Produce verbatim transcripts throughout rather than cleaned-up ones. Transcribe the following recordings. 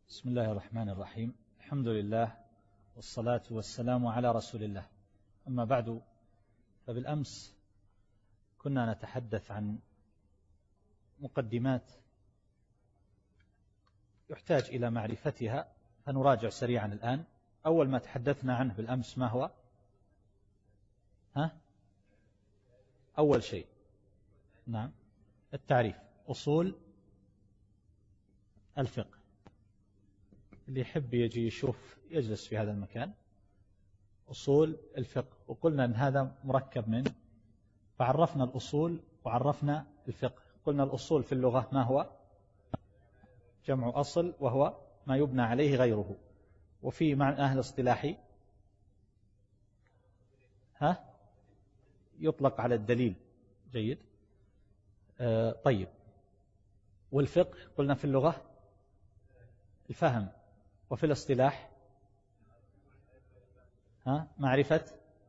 بسم الله الرحمن الرحيم. الحمد لله والصلاة والسلام على رسول الله. أما بعد، فبالأمس كنا نتحدث عن مقدمات يحتاج إلى معرفتها، فنراجع سريعا الآن. أول ما تحدثنا عنه بالأمس ما هو؟ ها؟ أول شيء نعم التعريف، أصول الفقه. اللي يحب يجي يشوف يجلس في هذا المكان. أصول الفقه، وقلنا أن هذا مركب من، فعرفنا الأصول وعرفنا الفقه. قلنا الأصول في اللغة ما هو؟ جمع أصل، وهو ما يبنى عليه غيره. وفي معنى أهل اصطلاحي ها يطلق على الدليل. جيد. آه طيب. والفقه قلنا في اللغة الفهم، وفي الاصطلاح ها معرفة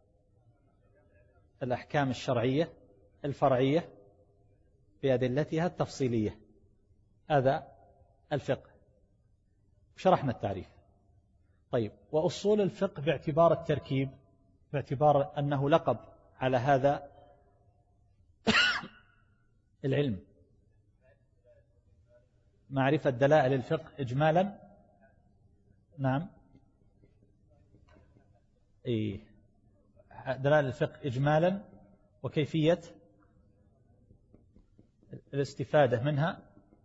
الأحكام الشرعية الفرعية بأدلتها التفصيلية. هذا الفقه. شرحنا التعريف. طيب، وأصول الفقه باعتبار التركيب، باعتبار أنه لقب على هذا العلم، معرفة دلائل الفقه إجمالا. نعم إيه دلائل الفقه إجمالا، وكيفية الاستفادة منها،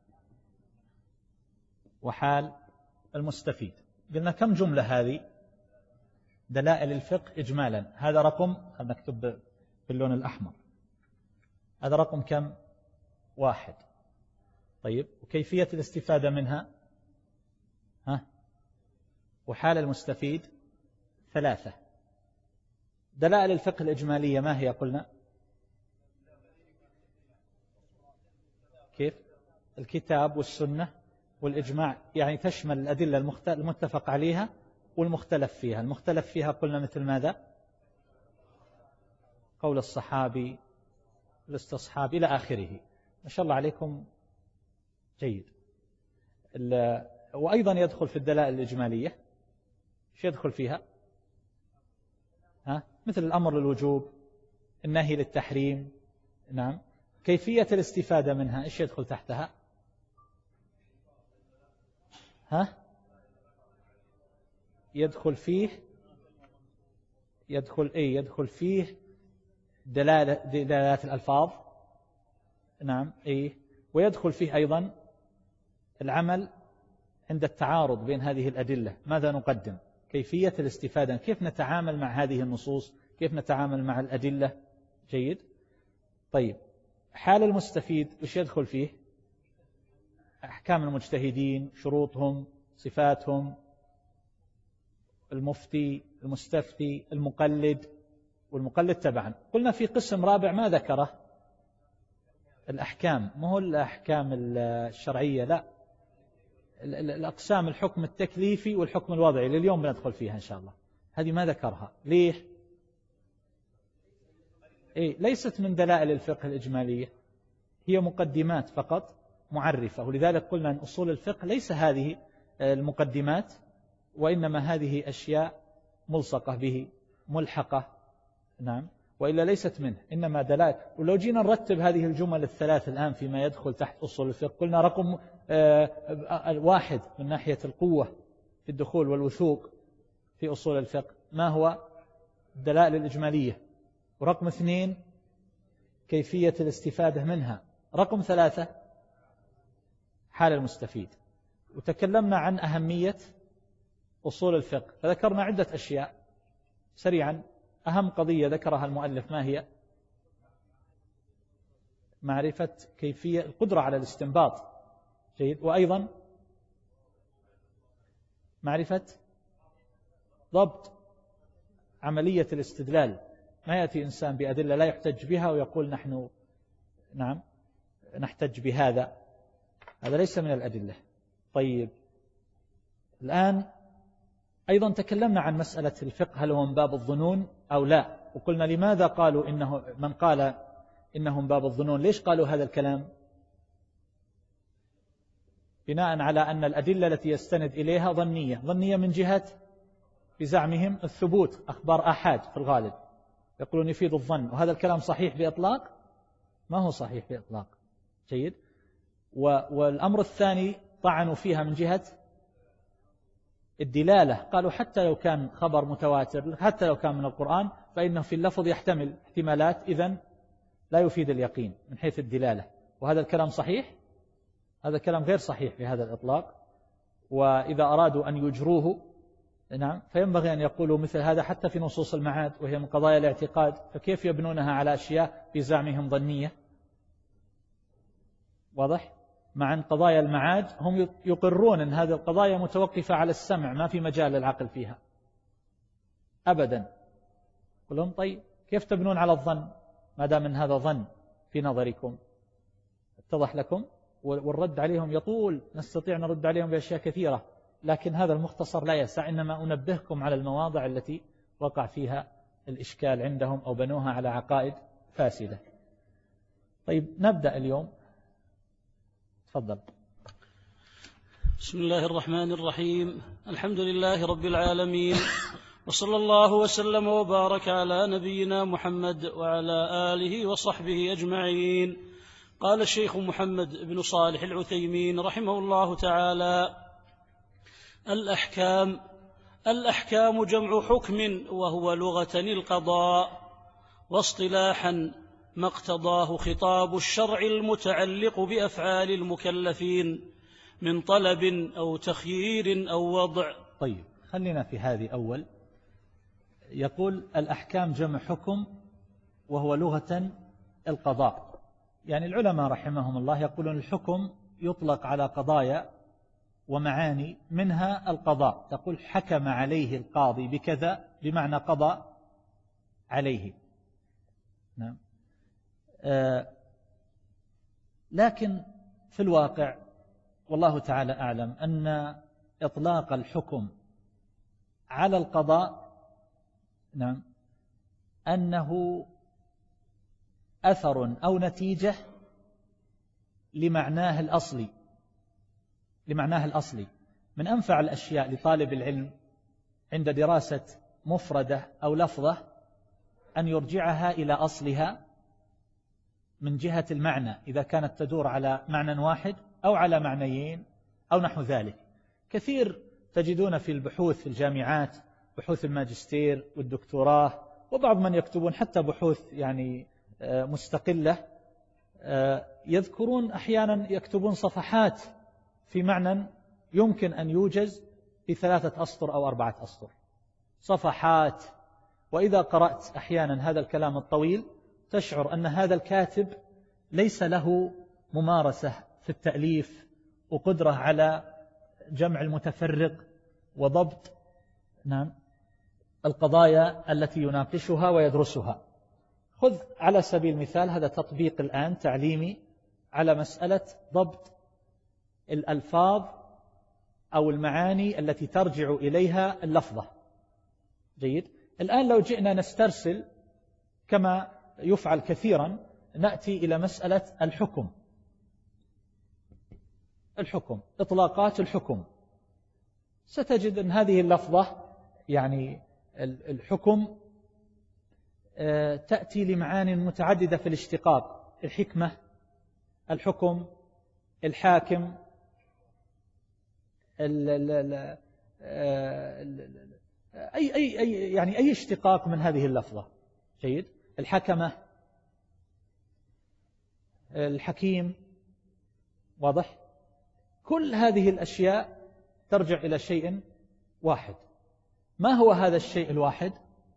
وحال المستفيد. قلنا كم جملة هذه؟ دلائل الفقه إجمالا، هذا رقم، خلنا نكتب باللون الأحمر، هذا رقم كم؟ واحد. طيب، وكيفية الاستفادة منها ها وحال المستفيد ثلاثة. دلائل الفقه الإجمالية ما هي؟ قلنا كيف؟ الكتاب والسنة والإجماع، يعني تشمل الأدلة المتفق عليها والمختلف فيها. المختلف فيها قلنا مثل ماذا؟ قول الصحابي، الاستصحاب، إلى آخره. ما شاء الله عليكم. جيد. وأيضا يدخل في الدلائل الإجمالية، ايش يدخل فيها؟ ها؟ مثل الأمر للوجوب، النهي للتحريم. نعم. كيفية الاستفادة منها ايش يدخل تحتها؟ ها؟ يدخل فيه يدخل ايه يدخل فيه دلالة دلالات الألفاظ. نعم ايه ويدخل فيه أيضا العمل عند التعارض بين هذه الأدلة، ماذا نقدم؟ كيفية الاستفادة، كيف نتعامل مع هذه النصوص، كيف نتعامل مع الأدلة. جيد. طيب، حال المستفيد وش يدخل فيه؟ أحكام المجتهدين، شروطهم، صفاتهم، المفتي، المستفتي، المقلد، والمقلد تبعا. قلنا في قسم رابع ما ذكره، الأحكام، ما هو الأحكام الشرعية، لا، الأقسام، الحكم التكليفي والحكم الوضعي، لليوم بندخل فيها إن شاء الله. هذه ما ذكرها. ليه؟ إيه ليست من دلائل الفقه الإجمالية، هي مقدمات فقط معرفة. ولذلك قلنا أن أصول الفقه ليس هذه المقدمات، وإنما هذه أشياء ملصقة به، ملحقة. نعم. وإلا ليست منه، إنما دلائل. ولو جينا نرتب هذه الجمل الثلاث الآن فيما يدخل تحت أصول الفقه، قلنا رقم واحد من ناحية القوة في الدخول والوثوق في أصول الفقه ما هو؟ الدلائل الإجمالية. ورقم اثنين كيفية الاستفادة منها. رقم ثلاثة حال المستفيد. وتكلمنا عن أهمية أصول الفقه، فذكرنا عدة أشياء سريعا. أهم قضية ذكرها المؤلف ما هي؟ معرفة كيفية القدرة على الاستنباط. جيد. وأيضا معرفة ضبط عملية الاستدلال. ما يأتي إنسان بأدلة لا يحتج بها ويقول نحن نعم نحتج بهذا، هذا ليس من الأدلة. طيب، الآن أيضا تكلمنا عن مسألة الفقه، هل هو من باب الظنون أو لا؟ وقلنا لماذا قالوا إنه، من قال إنه من باب الظنون، ليش قالوا هذا الكلام؟ بناء على أن الأدلة التي يستند إليها ظنية ظنية من جهة بزعمهم الثبوت، أخبار آحاد في الغالب يقولون يفيد الظن، وهذا الكلام صحيح بإطلاق؟ ما هو صحيح بإطلاق. جيد. والأمر الثاني طعنوا فيها من جهة الدلالة، قالوا حتى لو كان خبر متواتر، حتى لو كان من القرآن، فإنه في اللفظ يحتمل احتمالات، إذن لا يفيد اليقين من حيث الدلالة. وهذا الكلام صحيح؟ هذا الكلام غير صحيح بهذا الإطلاق. وإذا أرادوا أن يجروه نعم فينبغي أن يقولوا مثل هذا حتى في نصوص المعاد وهي من قضايا الاعتقاد، فكيف يبنونها على أشياء بزعمهم ظنية؟ واضح؟ مع أن قضايا المعاد هم يقرون أن هذه القضايا متوقفة على السمع، ما في مجال للعقل فيها أبدا. قل لهم طيب كيف تبنون على الظن ما دام من هذا ظن في نظركم؟ اتضح لكم؟ والرد عليهم يطول، نستطيع نرد عليهم بأشياء كثيرة، لكن هذا المختصر لا يسع، إنما أنبهكم على المواضع التي وقع فيها الإشكال عندهم أو بنوها على عقائد فاسدة. طيب نبدأ اليوم، تفضل. بسم الله الرحمن الرحيم. الحمد لله رب العالمين، وصلى الله وسلم وبارك على نبينا محمد وعلى آله وصحبه أجمعين. قال الشيخ محمد بن صالح العثيمين رحمه الله تعالى: الأحكام الأحكام جمع حكم، وهو لغة القضاء، واصطلاحا ما اقتضاه خطاب الشرع المتعلق بأفعال المكلفين من طلب أو تخيير أو وضع. طيب خلينا في هذه أول. يقول الأحكام جمع حكم وهو لغة القضاء، يعني العلماء رحمهم الله يقولون الحكم يطلق على قضايا ومعاني، منها القضاء، تقول حكم عليه القاضي بكذا بمعنى قضى عليه. نعم. آه لكن في الواقع والله تعالى أعلم أن إطلاق الحكم على القضاء نعم أنه أثر أو نتيجة لمعناه الأصلي لمعناه الأصلي من أنفع الأشياء لطالب العلم عند دراسة مفردة أو لفظة أن يرجعها إلى أصلها من جهة المعنى، إذا كانت تدور على معنى واحد أو على معنيين أو نحو ذلك. كثير تجدون في البحوث في الجامعات، بحوث الماجستير والدكتوراه، وبعض من يكتبون حتى بحوث يعني مستقلة، يذكرون أحيانا يكتبون صفحات في معنى يمكن أن يوجز في ثلاثة أسطر أو أربعة أسطر، صفحات. وإذا قرأت أحيانا هذا الكلام الطويل تشعر أن هذا الكاتب ليس له ممارسة في التأليف وقدرة على جمع المتفرق وضبط نعم القضايا التي يناقشها ويدرسها. خذ على سبيل المثال هذا تطبيق الآن تعليمي على مسألة ضبط الألفاظ أو المعاني التي ترجع إليها اللفظة. جيد. الآن لو جئنا نسترسل كما يفعل كثيرا، نأتي إلى مسألة الحكم الحكم إطلاقات الحكم، ستجد أن هذه اللفظة يعني الحكم تأتي لمعان متعددة في الاشتقاق: الحكمة، الحكم، الحاكم، ال ال ال أي أي أي يعني أي اشتقاق من هذه اللفظة. جيد. الحكمة، الحكيم، واضح؟ كل هذه الأشياء ترجع إلى شيء واحد. ما هو هذا الشيء الواحد؟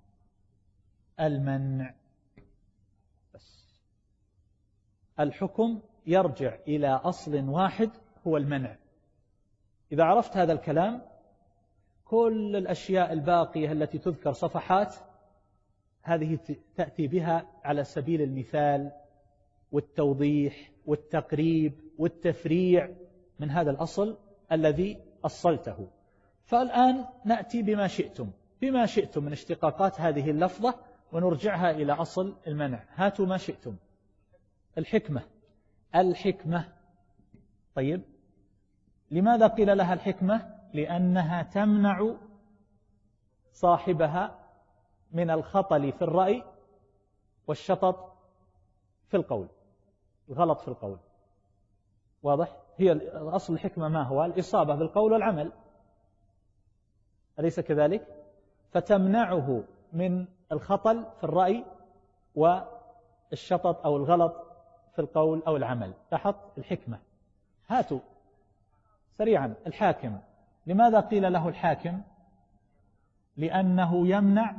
المنع. بس الحكم يرجع إلى أصل واحد هو المنع. إذا عرفت هذا الكلام كل الأشياء الباقية التي تذكر صفحات هذه تأتي بها على سبيل المثال والتوضيح والتقريب والتفريع من هذا الأصل الذي أصلته. فالآن نأتي بما شئتم بما شئتم من اشتقاقات هذه اللفظة ونرجعها إلى أصل المنع. هاتوا ما شئتم. الحكمة الحكمة طيب لماذا قيل لها الحكمة؟ لأنها تمنع صاحبها من الخطل في الرأي والشطط في القول، الغلط في القول. واضح؟ هي أصل الحكمة ما هو؟ الإصابة بالقول والعمل، أليس كذلك؟ فتمنعه من الخطل في الرأي والشطط أو الغلط في القول أو العمل. لاحظ الحكمة. هاتوا سريعا الحاكم. لماذا قيل له الحاكم؟ لأنه يمنع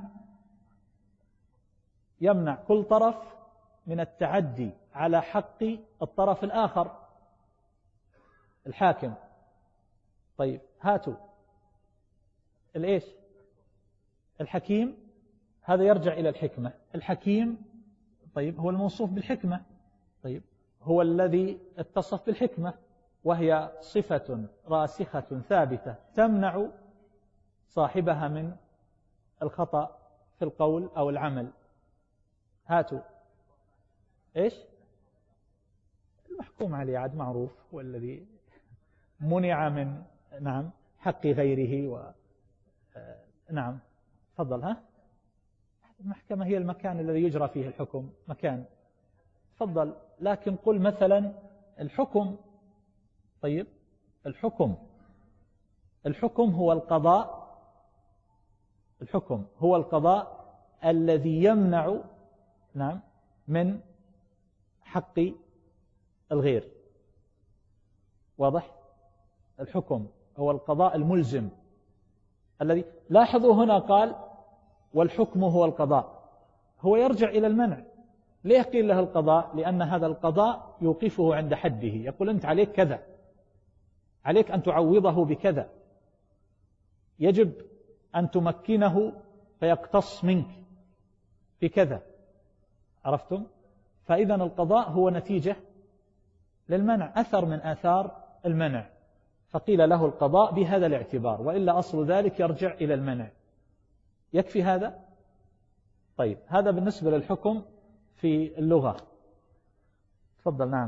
يمنع كل طرف من التعدي على حق الطرف الآخر، الحاكم. طيب هاتوا الإيش؟ الحكيم. هذا يرجع إلى الحكمة. الحكيم طيب هو الموصوف بالحكمة، طيب هو الذي اتصف بالحكمة، وهي صفة راسخة ثابتة تمنع صاحبها من الخطأ في القول أو العمل. هاتوا إيش؟ المحكوم عليه عاد معروف، هو الذي منع من نعم حق غيره و... نعم تفضل. ها المحكمة هي المكان الذي يجرى فيه الحكم، مكان. تفضل. لكن قل مثلا الحكم. طيب الحكم الحكم هو القضاء الحكم هو القضاء الذي يمنع نعم من حق الغير. واضح؟ الحكم هو القضاء الملزم الذي، لاحظوا هنا قال والحكم هو القضاء، هو يرجع إلى المنع. ليه قيل له القضاء؟ لأن هذا القضاء يوقفه عند حده، يقول أنت عليك كذا، عليك أن تعوضه بكذا، يجب أن تمكنه فيقتص منك بكذا. عرفتم؟ فإذا القضاء هو نتيجة للمنع، أثر من آثار المنع، فقيل له القضاء بهذا الاعتبار، وإلا أصل ذلك يرجع إلى المنع. يكفي هذا؟ طيب هذا بالنسبة للحكم في اللغة. تفضل. نعم.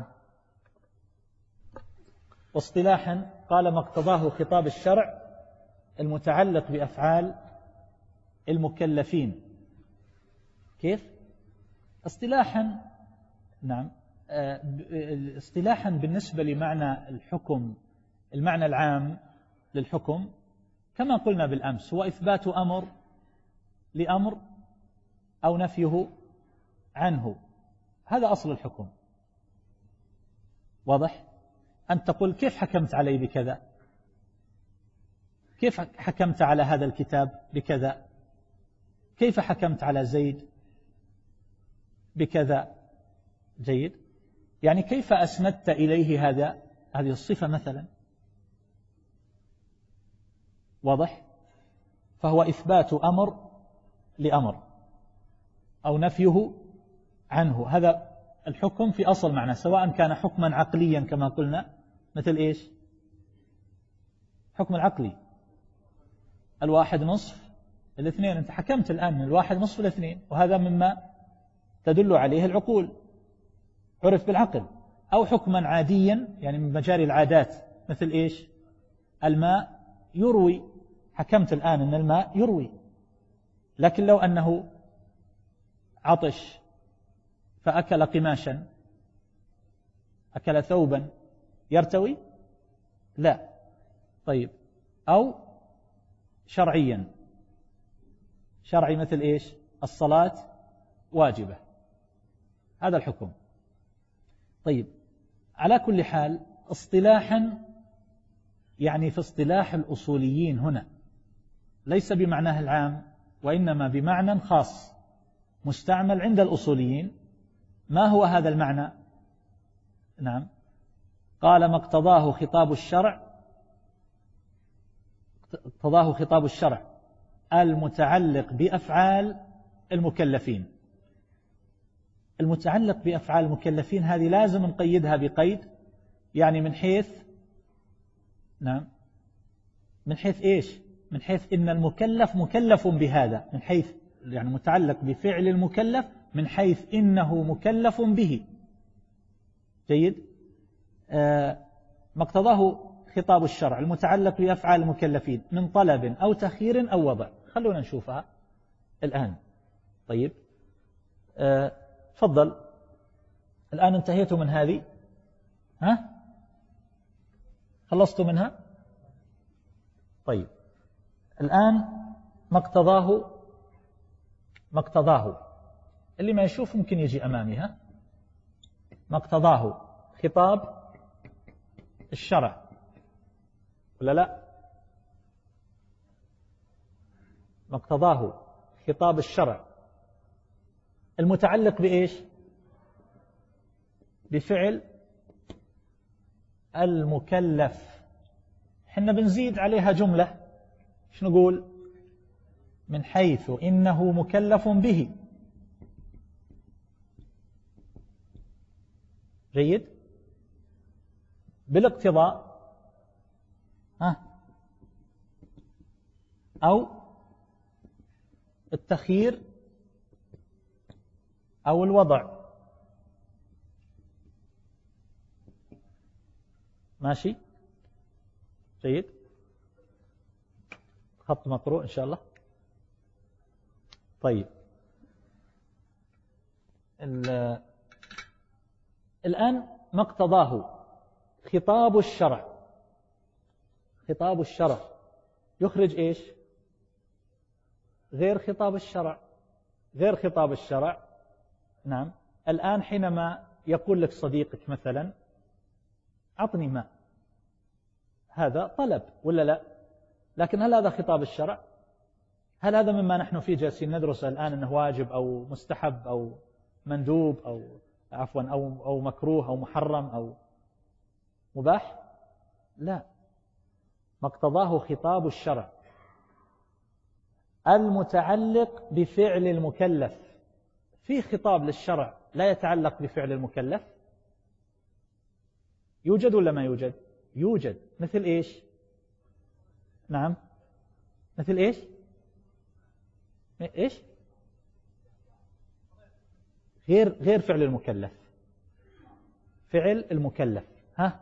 واصطلاحا قال ما اقتضاه خطاب الشرع المتعلق بأفعال المكلفين. كيف؟ اصطلاحا نعم اصطلاحا بالنسبة لمعنى الحكم، المعنى العام للحكم كما قلنا بالأمس هو إثبات أمر لأمر أو نفيه عنه، هذا أصل الحكم. واضح؟ أن تقول كيف حكمت علي بكذا، كيف حكمت على هذا الكتاب بكذا، كيف حكمت على زيد بكذا. جيد؟ يعني كيف أسندت إليه هذا هذه الصفة مثلا. واضح؟ فهو إثبات أمر لأمر أو نفيه عنه، هذا الحكم في أصل معنى، سواء كان حكما عقليا كما قلنا، مثل إيش؟ حكم العقلي الواحد نصف الاثنين، أنت حكمت الآن الواحد نصف الاثنين، وهذا مما تدل عليه العقول، عرف بالعقل. أو حكما عاديا يعني من مجاري العادات، مثل إيش؟ الماء يروي، حكمت الآن أن الماء يروي، لكن لو أنه عطش فأكل قماشا، أكل ثوبا، يرتوي؟ لا. طيب أو شرعيا، شرعي مثل إيش؟ الصلاة واجبة، هذا الحكم. طيب على كل حال اصطلاحا يعني في اصطلاح الأصوليين هنا ليس بمعناه العام، وإنما بمعنى خاص مستعمل عند الأصوليين. ما هو هذا المعنى؟ نعم قال ما اقتضاه خطاب الشرع اقتضاه خطاب الشرع المتعلق بأفعال المكلفين. المتعلق بأفعال المكلفين هذه لازم نقيدها بقيد، يعني من حيث نعم من حيث إيش؟ من حيث إن المكلف مكلف بهذا، من حيث يعني متعلق بفعل المكلف، من حيث إنه مكلف به. جيد؟ آه ما اقتضاه خطاب الشرع المتعلق بأفعال المكلفين من طلب أو تخيير أو وضع. خلونا نشوفها الآن. طيب أه تفضل. الآن انتهيتوا من هذه؟ ها خلصتوا منها؟ طيب الآن ما اقتضاه ما اقتضاه اللي ما يشوف ممكن يجي أمامي. ها ما اقتضاه خطاب الشرع ولا لا؟ ما اقتضاه خطاب الشرع المتعلق بإيش؟ بفعل المكلف. حنا بنزيد عليها جملة، ايش نقول؟ من حيث إنه مكلف به. جيد. بالاقتضاء ها أو التخيير أو الوضع. ماشي جيد. خط مقروء إن شاء الله. طيب الآن ما اقتضاه خطاب الشرع. خطاب الشرع يخرج إيش؟ غير خطاب الشرع. غير خطاب الشرع. نعم. الآن حينما يقول لك صديقك مثلا أعطني ماء، هذا طلب ولا لا؟ لكن هل هذا خطاب الشرع؟ هل هذا مما نحن فيه جالسين ندرس الآن أنه واجب أو مستحب أو مندوب أو عفوا أو أو مكروه أو محرم أو مباح؟ لا. ما اقتضاه خطاب الشرع المتعلق بفعل المكلف. في خطاب للشرع لا يتعلق بفعل المكلف؟ يوجد ولا ما يوجد؟ يوجد. مثل إيش؟ نعم مثل إيش؟ إيش؟ غير غير فعل المكلف. فعل المكلف ها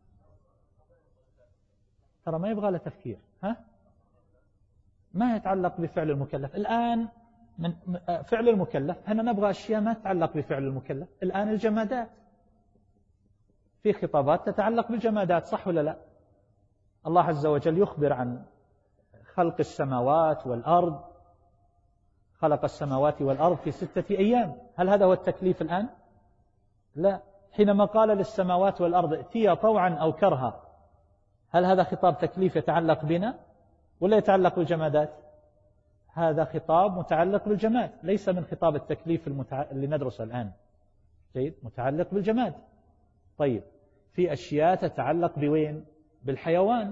ترى ما يبغى له تفكير. ها ما يتعلق بفعل المكلف. الآن من فعل المكلف هنا نبغى أشياء ما تتعلق بفعل المكلف. الآن الجمادات، في خطابات تتعلق بالجمادات صح ولا لا؟ الله عز وجل يخبر عن خلق السماوات والأرض. خلق السماوات والأرض في ستة أيام. هل هذا هو التكليف الآن؟ لا. حينما قال للسماوات والأرض ائتيا طوعا أو كرها، هل هذا خطاب تكليف يتعلق بنا ولا يتعلق بالجمادات؟ هذا خطاب متعلق بالجماد، ليس من خطاب التكليف المتع... اللي ندرسه الآن. جيد. متعلق بالجماد. طيب في أشياء تتعلق بوين؟ بالحيوان.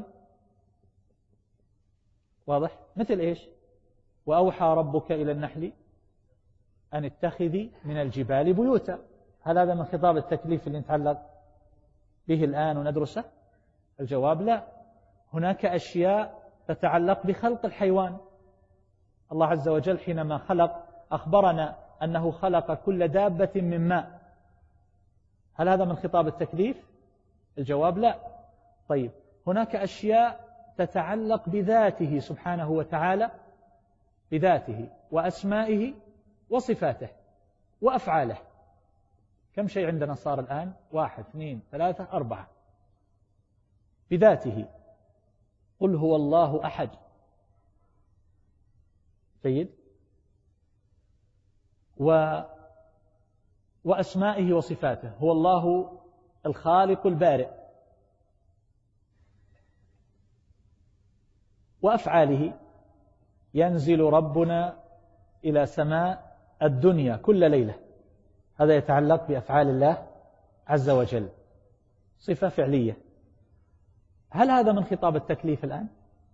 واضح؟ مثل إيش؟ وأوحى ربك إلى النحل أن اتخذي من الجبال بيوتا. هل هذا من خطاب التكليف اللي نتعلق به الآن وندرسه؟ الجواب لا. هناك أشياء تتعلق بخلق الحيوان. الله عز وجل حينما خلق أخبرنا أنه خلق كل دابة من ماء. هل هذا من خطاب التكليف؟ الجواب لا. طيب هناك أشياء تتعلق بذاته سبحانه وتعالى، بذاته وأسمائه وصفاته وأفعاله. كم شيء عندنا صار الآن؟ واحد اثنين ثلاثة أربعة. بذاته قل هو الله أحد. جيد. و وأسمائه وصفاته هو الله الخالق البارئ. وأفعاله ينزل ربنا إلى سماء الدنيا كل ليلة. هذا يتعلق بأفعال الله عز وجل، صفة فعلية. هل هذا من خطاب التكليف الآن؟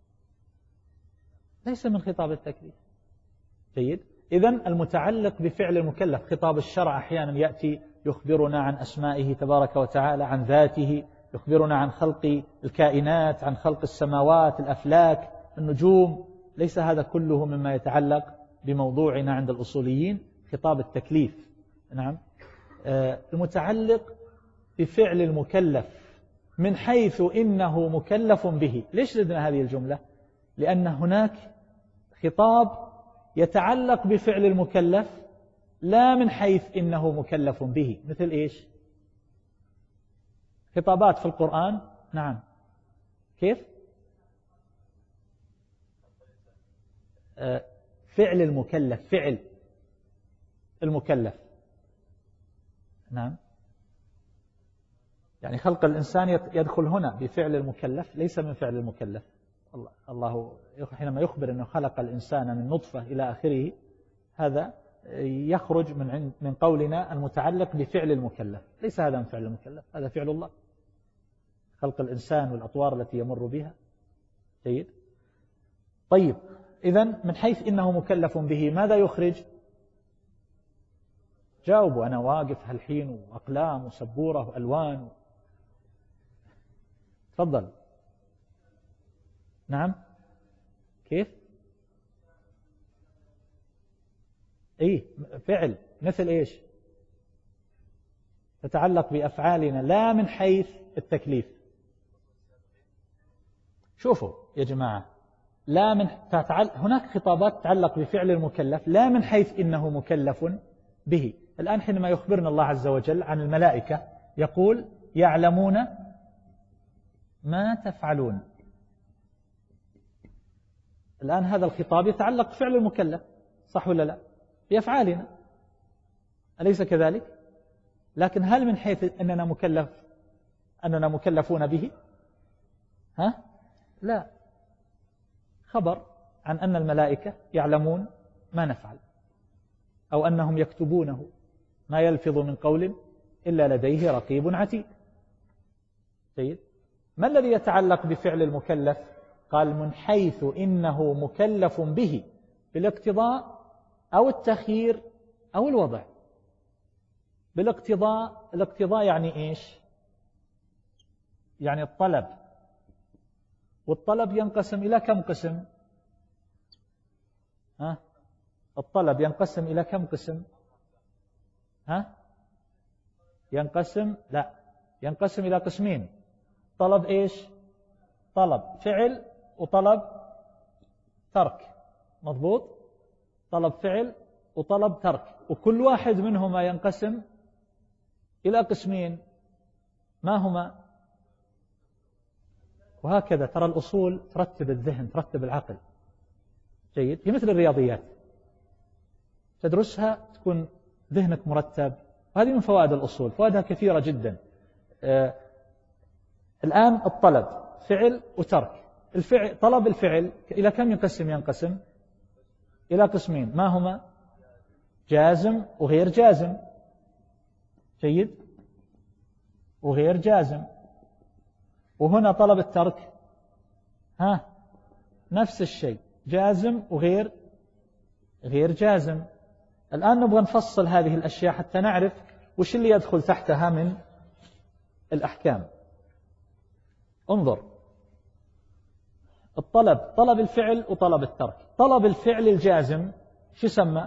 ليس من خطاب التكليف. جيد. إذن المتعلق بفعل المكلف خطاب الشرع أحيانا يأتي يخبرنا عن أسمائه تبارك وتعالى، عن ذاته، يخبرنا عن خلق الكائنات، عن خلق السماوات، الأفلاك، النجوم. ليس هذا كله مما يتعلق بموضوعنا عند الأصوليين خطاب التكليف. نعم. المتعلق بفعل المكلف من حيث إنه مكلف به. ليش زدنا هذه الجملة؟ لأن هناك خطاب يتعلق بفعل المكلف لا من حيث إنه مكلف به. مثل إيش؟ خطابات في القرآن. نعم. كيف؟ آه فعل المكلف، فعل المكلف. نعم. يعني خلق الإنسان يدخل هنا بفعل المكلف، ليس من فعل المكلف. الله حينما يخبر أنه خلق الإنسان من نطفة إلى آخره، هذا يخرج من من قولنا المتعلق بفعل المكلف، ليس هذا من فعل المكلف، هذا فعل الله، خلق الإنسان والأطوار التي يمر بها. جيد. طيب، إذن من حيث إنه مكلف به ماذا يخرج؟ جاوبوا، أنا واقف هالحين، وأقلام وسبورة وألوان. تفضل. نعم. كيف؟ إيه فعل. مثل إيش؟ تتعلق بأفعالنا لا من حيث التكليف. شوفوا يا جماعة، لا من تتعل... هناك خطابات تتعلق بفعل المكلف لا من حيث إنه مكلف به. الآن حينما يخبرنا الله عز وجل عن الملائكة يقول يعلمون ما تفعلون. الآن هذا الخطاب يتعلق بفعل المكلف، صح ولا لا؟ بأفعالنا، أليس كذلك؟ لكن هل من حيث أننا مكلف أننا مكلفون به؟ ها؟ لا. خبر عن أن الملائكة يعلمون ما نفعل، أو أنهم يكتبونه، ما يلفظ من قول إلا لديه رقيب عتيد. جيد. ما الذي يتعلق بفعل المكلف؟ قال من حيث إنه مكلف به بالاقتضاء أو التخيير أو الوضع. بالاقتضاء، الاقتضاء يعني إيش؟ يعني الطلب، والطلب ينقسم إلى كم قسم؟ ها؟ الطلب ينقسم إلى كم قسم؟ ها؟ ينقسم لا ينقسم إلى قسمين. طلب إيش؟ طلب فعل وطلب ترك. مضبوط؟ طلب فعل وطلب ترك، وكل واحد منهما ينقسم إلى قسمين. ما هما؟ وهكذا ترى الأصول ترتب الذهن، ترتب العقل. جيد. هي مثل الرياضيات، تدرسها تكون ذهنك مرتب، وهذه من فوائد الأصول، فوائدها كثيرة جدا. آه الآن الطلب فعل وترك. الفعل، طلب الفعل إلى كم ينقسم؟ ينقسم إلى قسمين. ما هما؟ جازم وغير جازم. جيد. وغير جازم. وهنا طلب الترك ها نفس الشيء، جازم وغير غير جازم. الآن نبغى نفصل هذه الأشياء حتى نعرف وش اللي يدخل تحتها من الأحكام. انظر، الطلب، طلب الفعل وطلب الترك. طلب الفعل الجازم شو سمى؟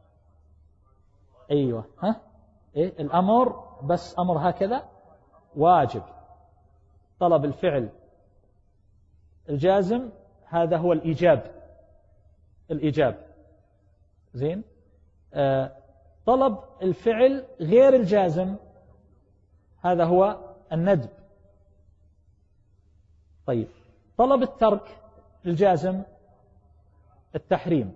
أيوة ها إيه؟ الأمر، بس أمر هكذا واجب. طلب الفعل الجازم هذا هو الإيجاب، الإيجاب. زين. آه طلب الفعل غير الجازم هذا هو الندب. طيب، طلب الترك الجازم التحريم،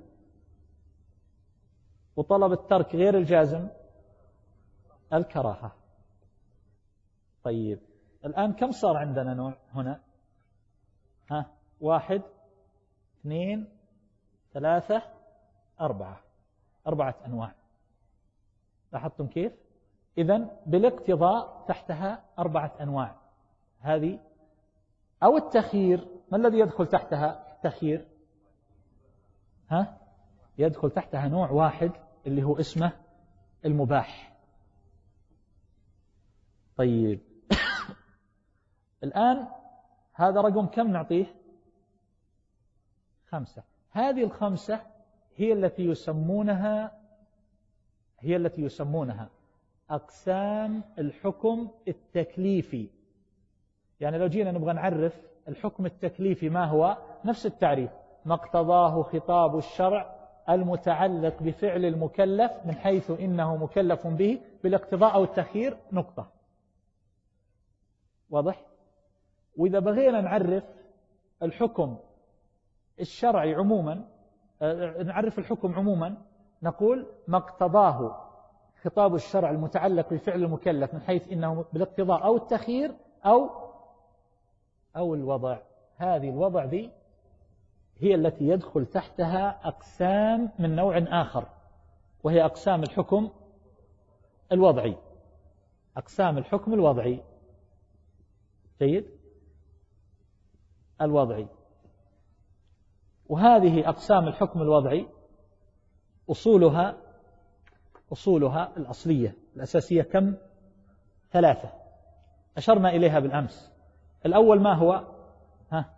وطلب الترك غير الجازم الكراهة. طيب، الآن كم صار عندنا نوع هنا؟ ها واحد اثنين ثلاثة أربعة، أربعة أنواع. لاحظتم كيف؟ إذن بالاقتضاء تحتها أربعة أنواع. هذه أو التخيير. ما الذي يدخل تحتها التخيير؟ ها يدخل تحتها نوع واحد اللي هو اسمه المباح. طيب الآن هذا رقم كم نعطيه؟ خمسة. هذه الخمسة هي التي يسمونها هي التي يسمونها أقسام الحكم التكليفي. يعني لو جينا نبغى نعرف الحكم التكليفي ما هو، نفس التعريف: ما اقتضاه خطاب الشرع المتعلق بفعل المكلف من حيث إنه مكلف به بالاقتضاء أو التخيير، نقطة. واضح؟ وإذا بغينا نعرف الحكم الشرعي عموما، نعرف الحكم عموما، نقول: ما اقتضاه خطاب الشرع المتعلق بفعل المكلف من حيث إنه بالاقتضاء أو التخيير أو أو الوضع. هذه الوضع دي هي التي يدخل تحتها أقسام من نوع آخر، وهي أقسام الحكم الوضعي. أقسام الحكم الوضعي. جيد؟ الوضعي. وهذه أقسام الحكم الوضعي أصولها أصولها الأصلية الأساسية كم؟ ثلاثة أشرنا إليها بالأمس. الأول ما هو؟ ها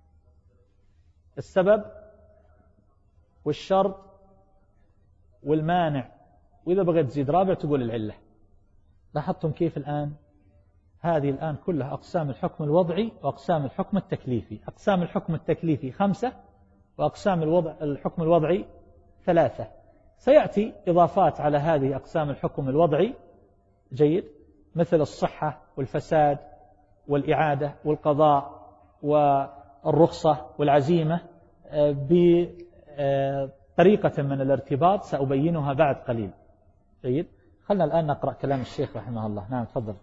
السبب والشرط والمانع، وإذا بغيت تزيد رابع تقول العلة. لاحظتم كيف الآن؟ هذه الآن كلها أقسام الحكم الوضعي وأقسام الحكم التكليفي. أقسام الحكم التكليفي خمسة، وأقسام الوضع الحكم الوضعي ثلاثة. سيأتي إضافات على هذه أقسام الحكم الوضعي، جيد، مثل الصحة والفساد والإعادة والقضاء والرخصة والعزيمة بطريقة من الارتباط سأبينها بعد قليل. جيد. خلنا الآن نقرأ كلام الشيخ رحمه الله. نعم تفضل.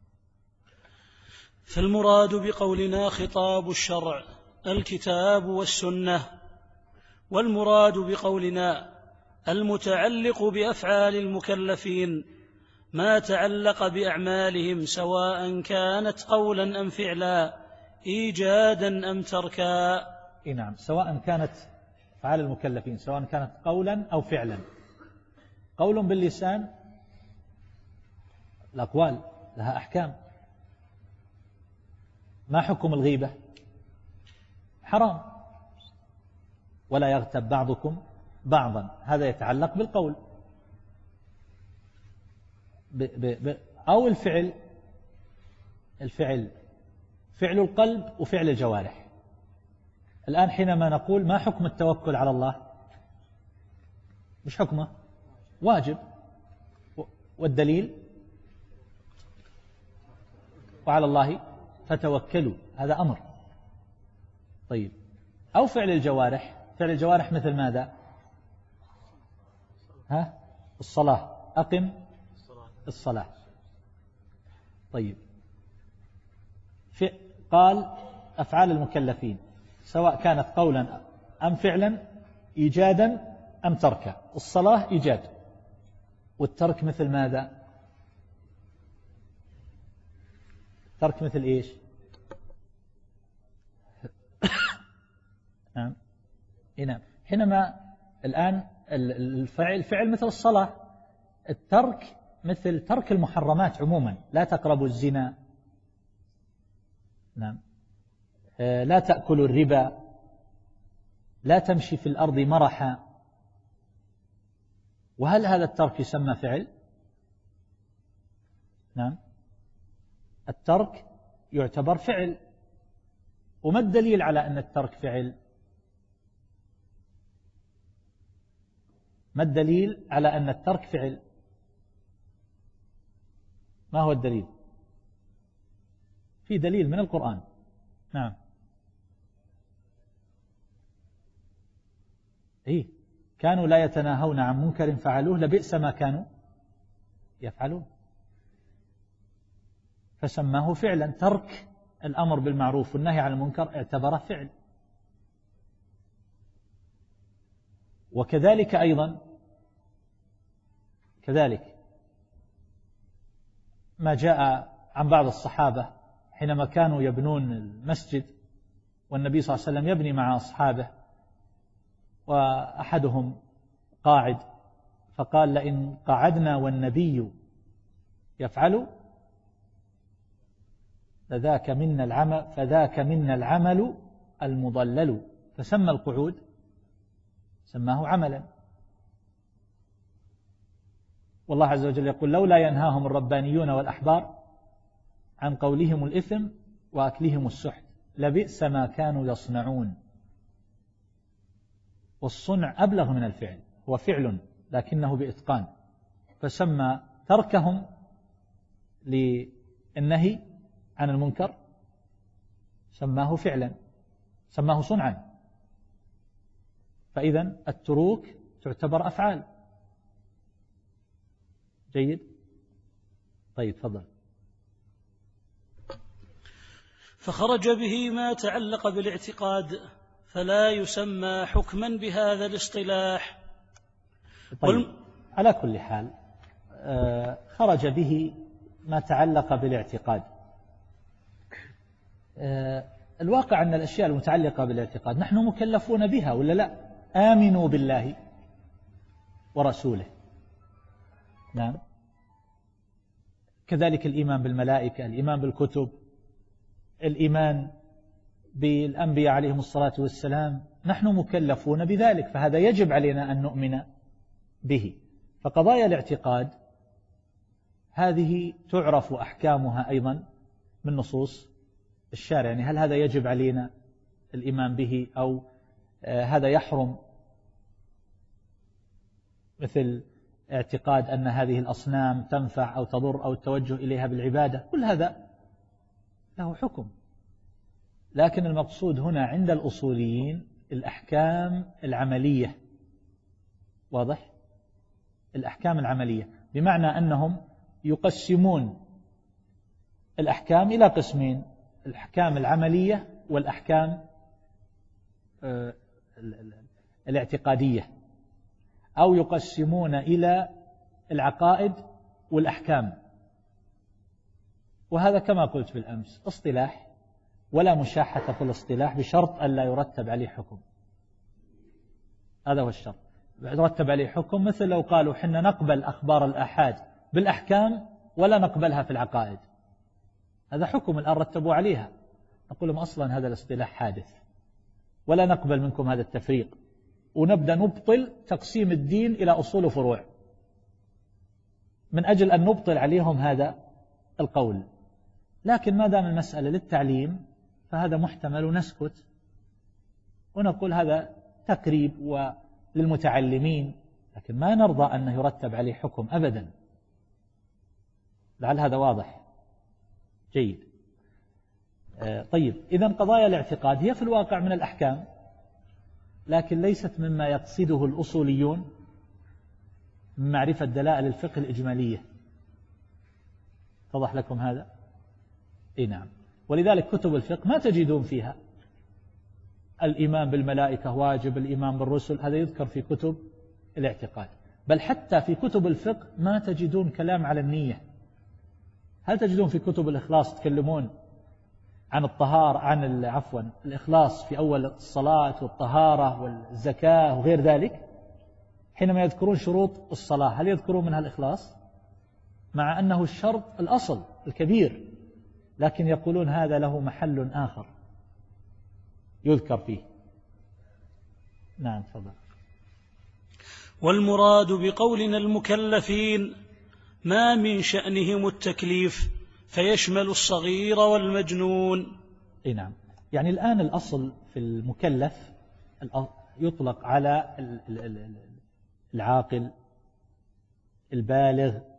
فالمراد بقولنا خطاب الشرع الكتاب والسنة، والمراد بقولنا المتعلق بأفعال المكلفين ما تعلق بأعمالهم سواء كانت قولا أم فعلا، إيجادا أم تركا. نعم، سواء كانت أفعال المكلفين سواء كانت قولا أو فعلا. قول باللسان، الأقوال لها أحكام. ما حكم الغيبة؟ حرام. ولا يغتب بعضكم بعضا، هذا يتعلق بالقول. ب ب ب أو الفعل، الفعل فعل القلب وفعل الجوارح. الآن حينما نقول ما حكم التوكل على الله؟ مش حكمه؟ واجب. والدليل؟ وعلى الله فتوكلوا، هذا أمر. طيب، أو فعل الجوارح. فعل الجوارح مثل ماذا؟ ها؟ الصلاة، أقم الصلاة. طيب، قال أفعال المكلفين سواء كانت قولا أم فعلا، إيجادا أم تركا. الصلاة إيجاد، والترك مثل ماذا؟ ترك مثل إيش؟ نعم. نعم. حينما الآن الفعل فعل مثل الصلاة، الترك مثل ترك المحرمات عموما. لا تقربوا الزنا، نعم، لا تأكلوا الربا، لا تمشي في الأرض مرحا. وهل هذا الترك يسمى فعل؟ نعم، الترك يعتبر فعل. وما الدليل على أن الترك فعل؟ ما الدليل على أن الترك فعل؟ ما هو الدليل؟ في دليل من القرآن. نعم. إيه، كانوا لا يتناهون عن منكر فعلوه لبئس ما كانوا يفعلون، فسماه فعلا. ترك الأمر بالمعروف والنهي عن المنكر اعتبره فعل. وكذلك أيضا كذلك ما جاء عن بعض الصحابة حينما كانوا يبنون المسجد والنبي صلى الله عليه وسلم يبني مع أصحابه، وأحدهم قاعد، فقال: لئن قعدنا والنبي يفعل فذاك منا العمل فذاك منا العمل المضلل. فسمى القعود، سماه عملا. والله عز وجل يقول: لولا ينهاهم الربانيون والأحبار عن قولهم الإثم وأكلهم السحت لبئس ما كانوا يصنعون. والصنع أبلغ من الفعل، هو فعل لكنه بإتقان، فسمى تركهم للنهي عن المنكر سماه فعلا، سماه صنعا. فإذن التروك تعتبر أفعال. جيد. طيب تفضل. فخرج به ما تعلق بالاعتقاد فلا يسمى حكما بهذا الاصطلاح. طيب وال... على كل حال خرج به ما تعلق بالاعتقاد. الواقع أن الأشياء المتعلقة بالاعتقاد نحن مكلفون بها ولا لا؟ آمنوا بالله ورسوله. نعم. كذلك الإيمان بالملائكة، الإيمان بالكتب، الإيمان بالأنبياء عليهم الصلاة والسلام، نحن مكلفون بذلك، فهذا يجب علينا أن نؤمن به. فقضايا الاعتقاد هذه تعرف أحكامها أيضا من نصوص الشارع، يعني هل هذا يجب علينا الإيمان به أو آه هذا يحرم، مثل اعتقاد أن هذه الأصنام تنفع أو تضر أو التوجه إليها بالعبادة، كل هذا له حكم. لكن المقصود هنا عند الأصوليين الأحكام العملية. واضح؟ الأحكام العملية بمعنى أنهم يقسمون الأحكام إلى قسمين: الأحكام العملية والأحكام الاعتقادية، أو يقسمون إلى العقائد والأحكام. وهذا كما قلت بالأمس اصطلاح، ولا مشاحة في الاصطلاح بشرط أن لا يرتب عليه حكم. هذا هو الشرط، يرتب عليه حكم. مثل لو قالوا حنا نقبل أخبار الآحاد بالأحكام ولا نقبلها في العقائد، هذا حكم الآن رتبوا عليها، نقول لهم أصلا هذا الاصطلاح حادث ولا نقبل منكم هذا التفريق، ونبدأ نبطل تقسيم الدين إلى أصول وفروع من أجل أن نبطل عليهم هذا القول. لكن ما دام المسألة للتعليم فهذا محتمل، ونسكت ونقول هذا تقريب وللمتعلمين، لكن ما نرضى أنه يرتب عليه حكم أبدا. لعل هذا واضح. جيد. طيب إذن قضايا الاعتقاد هي في الواقع من الأحكام، لكن ليست مما يقصده الأصوليون من معرفة دلائل الفقه الإجمالية. اتضح لكم هذا؟ إيه نعم. ولذلك كتب الفقه ما تجدون فيها الإيمان بالملائكة واجب، الإيمان بالرسل، هذا يذكر في كتب الاعتقاد. بل حتى في كتب الفقه ما تجدون كلام على النية. هل تجدون في كتب الإخلاص تكلمون عن الطهارة، عن عفوا الإخلاص في أول الصلاة والطهارة والزكاة وغير ذلك؟ حينما يذكرون شروط الصلاة هل يذكرون منها الإخلاص؟ مع أنه الشرط الأصل الكبير، لكن يقولون هذا له محل آخر يذكر فيه. نعم تفضل. والمراد بقولنا المكلفين ما من شأنهم التكليف، فيشمل الصغير والمجنون. اي نعم. يعني الآن الأصل في المكلف يطلق على العاقل البالغ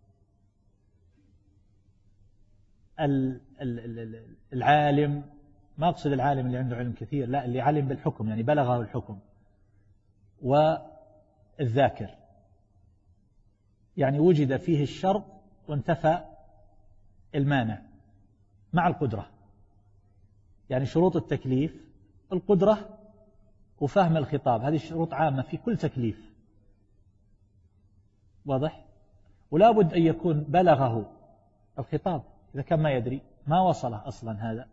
العالم. ما أقصد العالم اللي عنده علم كثير، لا، اللي علم بالحكم يعني بلغه الحكم، والذاكر يعني وجد فيه الشرط وانتفى المانع مع القدرة. يعني شروط التكليف القدرة وفهم الخطاب، هذه شروط عامة في كل تكليف. واضح؟ ولا بد أن يكون بلغه الخطاب، إذا كان ما يدري ما وصله أصلا هذا.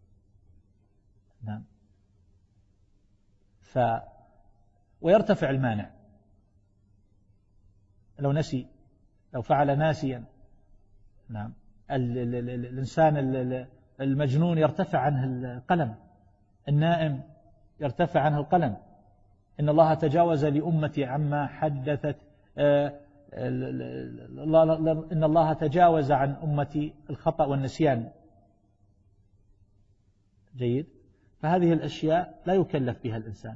نعم. ف ويرتفع المانع لو نسي، لو فعل ناسيا. نعم. ال ال ال الإنسان المجنون يرتفع عنه القلم، النائم يرتفع عنه القلم. إن الله تجاوز لأمتي عما حدثت إن الله تجاوز عن أمتي الخطأ والنسيان. جيد. فهذه الأشياء لا يكلف بها الإنسان.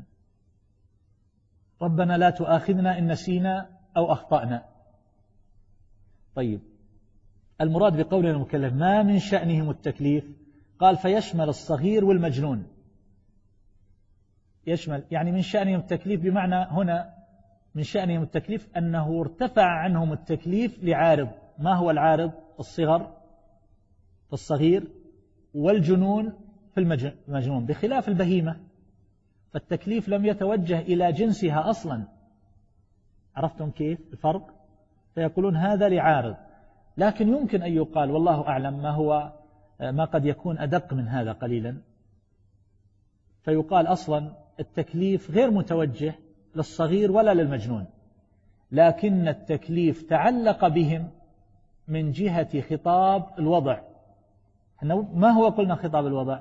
ربنا لا تؤاخذنا إن نسينا أو أخطأنا. طيب، المراد بقولنا المكلف ما من شأنهم التكليف، قال فيشمل الصغير والمجنون. يشمل يعني من شأنهم التكليف، بمعنى هنا من شأنهم التكليف أنه ارتفع عنهم التكليف لعارض. ما هو العارض؟ الصغر في الصغير والجنون في المجنون، بخلاف البهيمة فالتكليف لم يتوجه إلى جنسها أصلا. عرفتم كيف الفرق؟ فيقولون هذا لعارض. لكن يمكن أن يقال والله أعلم ما هو ما قد يكون أدق من هذا قليلا، فيقال أصلا التكليف غير متوجه للصغير ولا للمجنون، لكن التكليف تعلق بهم من جهة خطاب الوضع. ما هو قلنا خطاب الوضع؟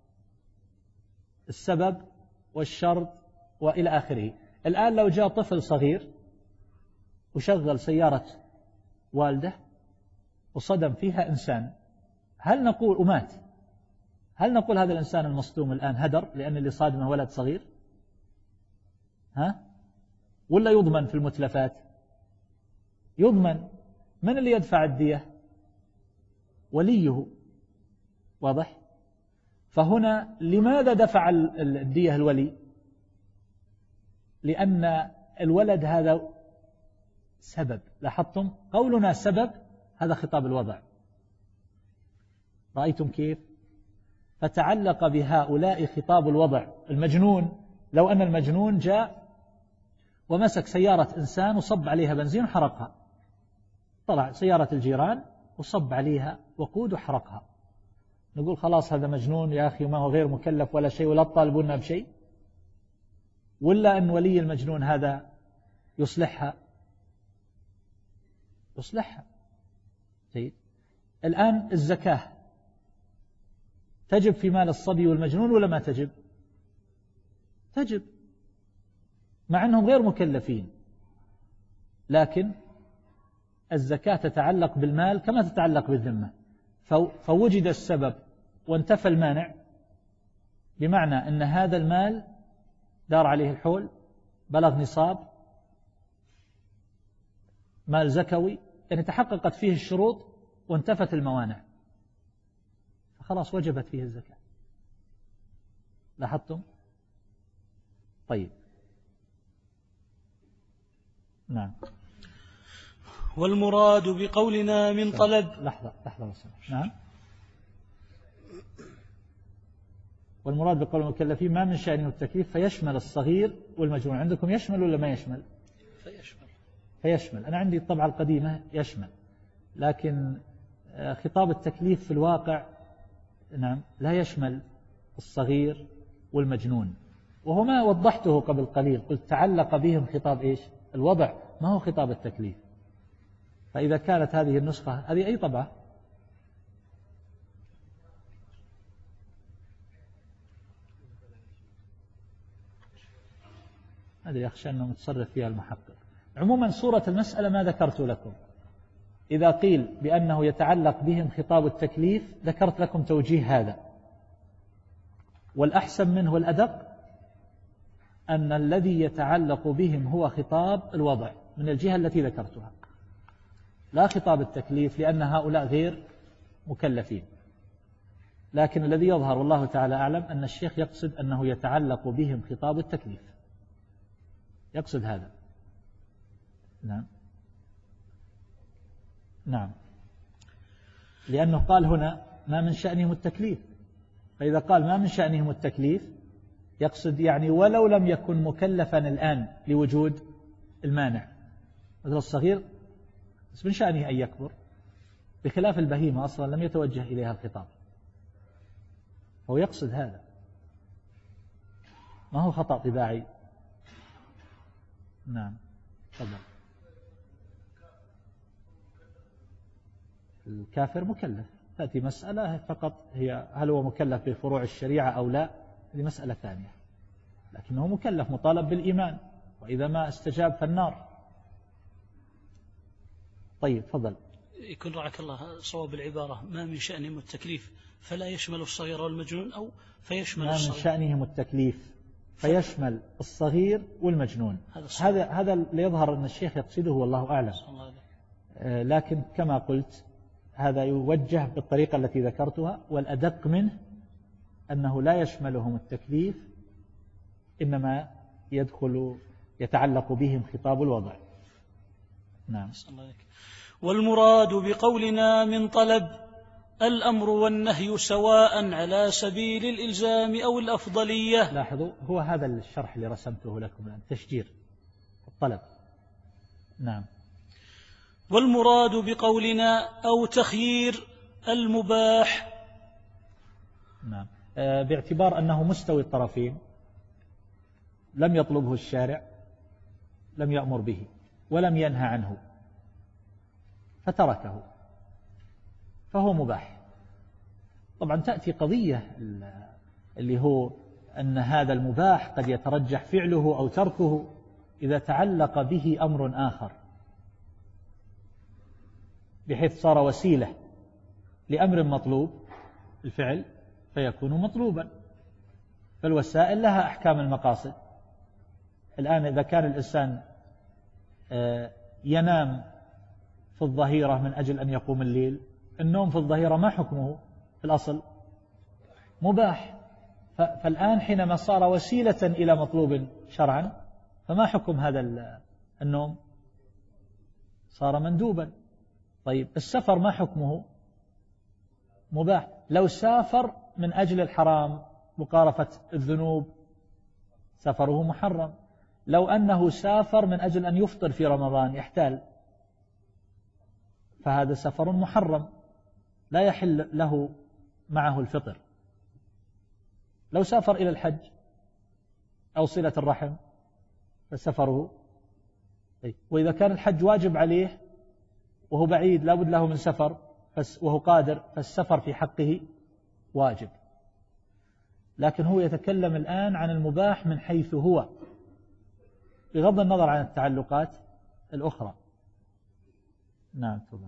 السبب والشرط وإلى آخره. الآن لو جاء طفل صغير وشغل سيارة والده وصدم فيها إنسان، هل نقول ومات، هل نقول هذا الإنسان المصدوم الآن هدر لأن اللي صادمه ولد صغير؟ ها؟ ولا يضمن في المتلفات؟ يضمن. من اللي يدفع الدية؟ وليه. واضح؟ فهنا لماذا دفع الدية الولي؟ لأن الولد هذا سبب. لاحظتم قولنا سبب، هذا خطاب الوضع. رأيتم كيف؟ فتعلق بهؤلاء خطاب الوضع. المجنون، لو أن المجنون جاء ومسك سيارة إنسان وصب عليها بنزين وحرقها، طلع سيارة الجيران وصب عليها وقود وحرقها، نقول خلاص هذا مجنون يا أخي، ما هو غير مكلف ولا شيء ولا تطالبوننا بشيء؟ ولا أن ولي المجنون هذا يصلحها؟ يصلحها. طيب، الآن الزكاة تجب في مال الصبي والمجنون ولا ما تجب؟ تجب، مع أنهم غير مكلفين، لكن الزكاة تتعلق بالمال كما تتعلق بالذمة. فوجد السبب وانتفى المانع، بمعنى أن هذا المال دار عليه الحول، بلغ نصاب، مال زكوي، يعني تحققت فيه الشروط وانتفت الموانع، فخلاص وجبت فيه الزكاة. لاحظتم؟ طيب، نعم. والمراد بقولنا من طلب. لحظة لحظة بس. نعم. والمراد بقول المكلفين ما من شأنه التكليف فيشمل الصغير والمجنون. عندكم يشمل ولا ما يشمل؟ فيشمل. فيشمل. أنا عندي الطبعة القديمة يشمل، لكن خطاب التكليف في الواقع نعم لا يشمل الصغير والمجنون، وهو ما وضحته قبل قليل، قلت تعلق بهم خطاب إيش؟ الوضع، ما هو خطاب التكليف. فإذا كانت هذه النسخة، هذه أي طبعة؟ هذا يخشى أنه متصرف فيها المحقق. عموما صورة المسألة ما ذكرت لكم. إذا قيل بأنه يتعلق بهم خطاب التكليف ذكرت لكم توجيه هذا، والأحسن منه والأدق أن الذي يتعلق بهم هو خطاب الوضع من الجهة التي ذكرتها، لا خطاب التكليف، لأن هؤلاء غير مكلفين. لكن الذي يظهر والله تعالى أعلم أن الشيخ يقصد أنه يتعلق بهم خطاب التكليف، يقصد هذا. نعم نعم، لأنه قال هنا ما من شأنهم التكليف، فإذا قال ما من شأنهم التكليف يقصد يعني ولو لم يكن مكلفا الآن لوجود المانع، مثل الصغير بس من شأنه أن يكبر، بخلاف البهيمة أصلا لم يتوجه إليها الخطاب، هو يقصد هذا، ما هو خطأ طباعي. نعم تفضل. الكافر مكلف، تأتي مسألة فقط هي هل هو مكلف بفروع الشريعة أو لا، هذه مسألة ثانية، لكنه مكلف مطالب بالإيمان، وإذا ما استجاب فالنار. طيب فضل. يكون رعاك الله صواب العبارة ما من شأنهم التكليف فلا يشمل الصغير والمجنون، أو فيشمل ما من الصغير شأنهم التكليف فيشمل الصغير والمجنون. هذا هذا هذا اللي يظهر أن الشيخ يقصده والله أعلم. آه لكن كما قلت هذا يوجه بالطريقة التي ذكرتها، والأدق منه أنه لا يشملهم التكليف، إنما يدخل يتعلق بهم خطاب الوضع. نعم. والمراد بقولنا من طلب الأمر والنهي سواء على سبيل الإلزام أو الأفضلية. لاحظوا هو هذا الشرح اللي رسمته لكم الآن، تشجير الطلب. نعم. والمراد بقولنا أو تخيير المباح. نعم. آه باعتبار أنه مستوي الطرفين، لم يطلبه الشارع، لم يأمر به ولم ينهى عنه فتركه، فهو مباح. طبعا تأتي قضية اللي هو أن هذا المباح قد يترجح فعله أو تركه إذا تعلق به أمر آخر، بحيث صار وسيلة لأمر مطلوب الفعل فيكون مطلوبا، فالوسائل لها أحكام المقاصد. الآن إذا كان الإنسان ينام في الظهيرة من أجل أن يقوم الليل، النوم في الظهيرة ما حكمه في الأصل؟ مباح. فالآن حينما صار وسيلة إلى مطلوب شرعا فما حكم هذا النوم؟ صار مندوبا. طيب السفر ما حكمه؟ مباح. لو سافر من أجل الحرام مقارفة الذنوب سفره محرم. لو أنه سافر من أجل أن يفطر في رمضان يحتال، فهذا سفر محرم لا يحل له معه الفطر. لو سافر إلى الحج أو صلة الرحم فسفره. وإذا كان الحج واجب عليه وهو بعيد لا بد له من سفر وهو قادر، فالسفر في حقه واجب. لكن هو يتكلم الآن عن المباح من حيث هو، بغض النظر عن التعلقات الأخرى. نعم تفضل.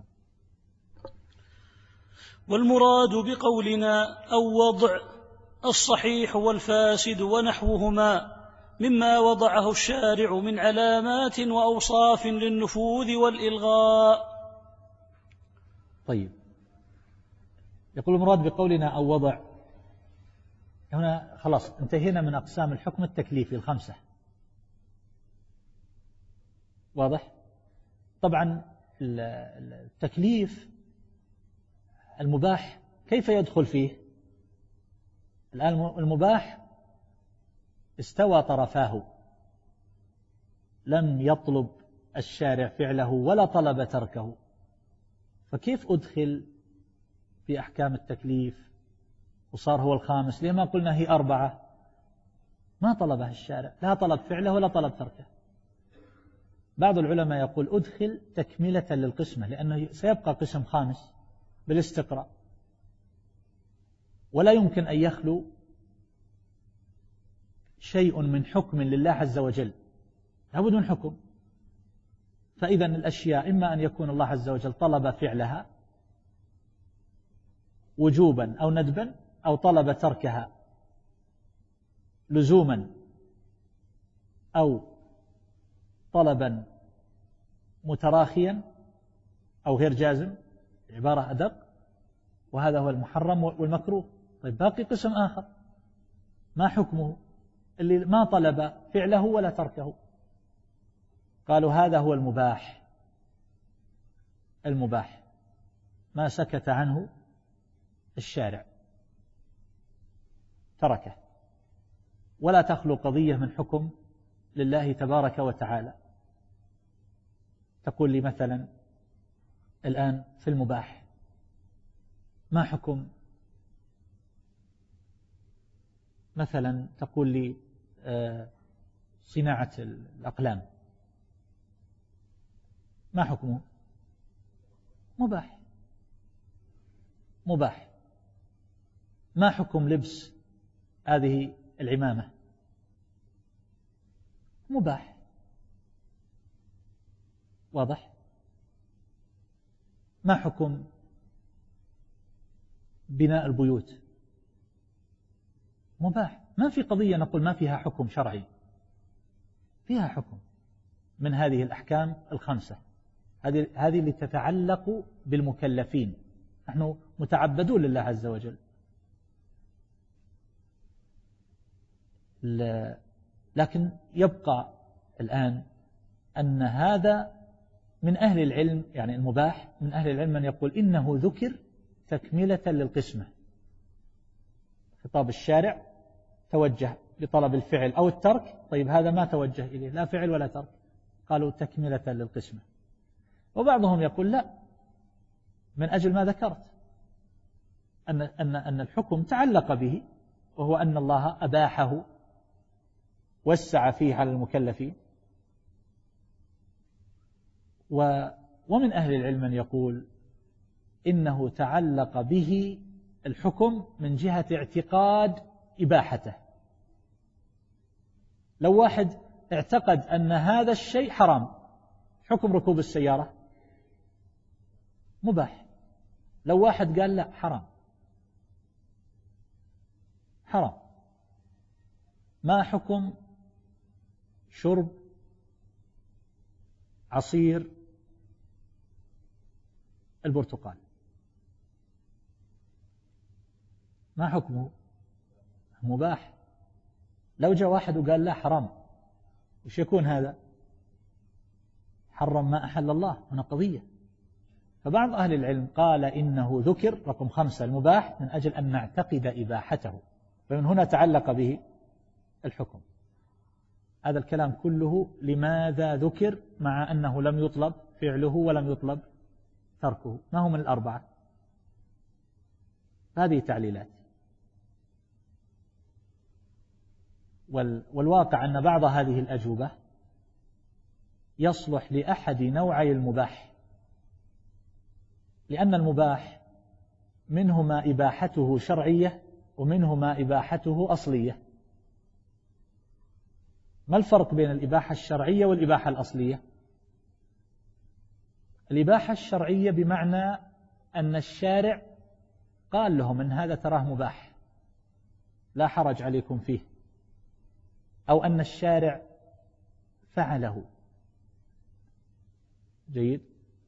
والمراد بقولنا أو وضع الصحيح والفاسد ونحوهما مما وضعه الشارع من علامات وأوصاف للنفوذ والإلغاء. طيب، يقول المراد بقولنا أو وضع، هنا خلاص انتهينا من أقسام الحكم التكليفي الخمسة. واضح؟ طبعا التكليف المباح كيف يدخل فيه؟ الآن المباح استوى طرفاه، لم يطلب الشارع فعله ولا طلب تركه، فكيف أدخل في أحكام التكليف وصار هو الخامس؟ ليه ما قلنا هي أربعة؟ ما طلبها الشارع، لا طلب فعله ولا طلب تركه. بعض العلماء يقول أدخل تكملة للقسمة، لأنه سيبقى قسم خامس بالاستقراء، ولا يمكن أن يخلو شيء من حكم لله عز وجل، لابد من حكم. فإذا الأشياء إما أن يكون الله عز وجل طلب فعلها وجوبا أو ندبا، أو طلب تركها لزوما أو طلبا متراخيا أو غير جازم، عبارة أدق، وهذا هو المحرم والمكروه. طيب باقي قسم آخر ما حكمه؟ اللي ما طلب فعله ولا تركه. قالوا هذا هو المباح. المباح ما سكت عنه الشارع تركه، ولا تخلو قضية من حكم لله تبارك وتعالى. تقول لي مثلا الآن في المباح ما حكم؟ مثلا تقول لي صناعة الأقلام ما حكمه؟ مباح. مباح. ما حكم لبس هذه العمامة؟ مباح. واضح؟ ما حكم بناء البيوت؟ مباح، ما في قضية نقول ما فيها حكم شرعي، فيها حكم من هذه الأحكام الخمسة، هذه هذه اللي تتعلق بالمكلفين، نحن متعبدون لله عز وجل. لكن يبقى الآن أن هذا من أهل العلم، يعني المباح من أهل العلم من يقول إنه ذكر تكملة للقسمة، خطاب الشارع توجه بطلب الفعل أو الترك، طيب هذا ما توجه إليه لا فعل ولا ترك، قالوا تكملة للقسمة. وبعضهم يقول لا، من أجل ما ذكرت أن, أن, أن الحكم تعلق به، وهو أن الله أباحه وسع فيه على المكلفين. ومن أهل العلم من يقول إنه تعلق به الحكم من جهة اعتقاد إباحته. لو واحد اعتقد أن هذا الشيء حرام، حكم ركوب السيارة مباح. لو واحد قال لا حرام، حرام. ما حكم شرب عصير البرتقال؟ ما حكمه؟ مباح. لو جاء واحد وقال لا حرام، وش يكون هذا؟ حرم ما أحل الله، هنا قضية. فبعض أهل العلم قال إنه ذكر رقم خمسة المباح من أجل أن نعتقد إباحته، فمن هنا تعلق به الحكم. هذا الكلام كله لماذا ذكر مع أنه لم يطلب فعله ولم يطلب تركه؟ ما هو من الأربعة؟ هذه تعليلات. والواقع أن بعض هذه الأجوبة يصلح لأحد نوعي المباح، لأن المباح منه ما إباحته شرعية ومنه ما إباحته أصلية. ما الفرق بين الإباحة الشرعية والإباحة الأصلية؟ الإباحة الشرعية بمعنى أن الشارع قال لهم إن هذا تراه مباح لا حرج عليكم فيه، أو أن الشارع فعله. جيد،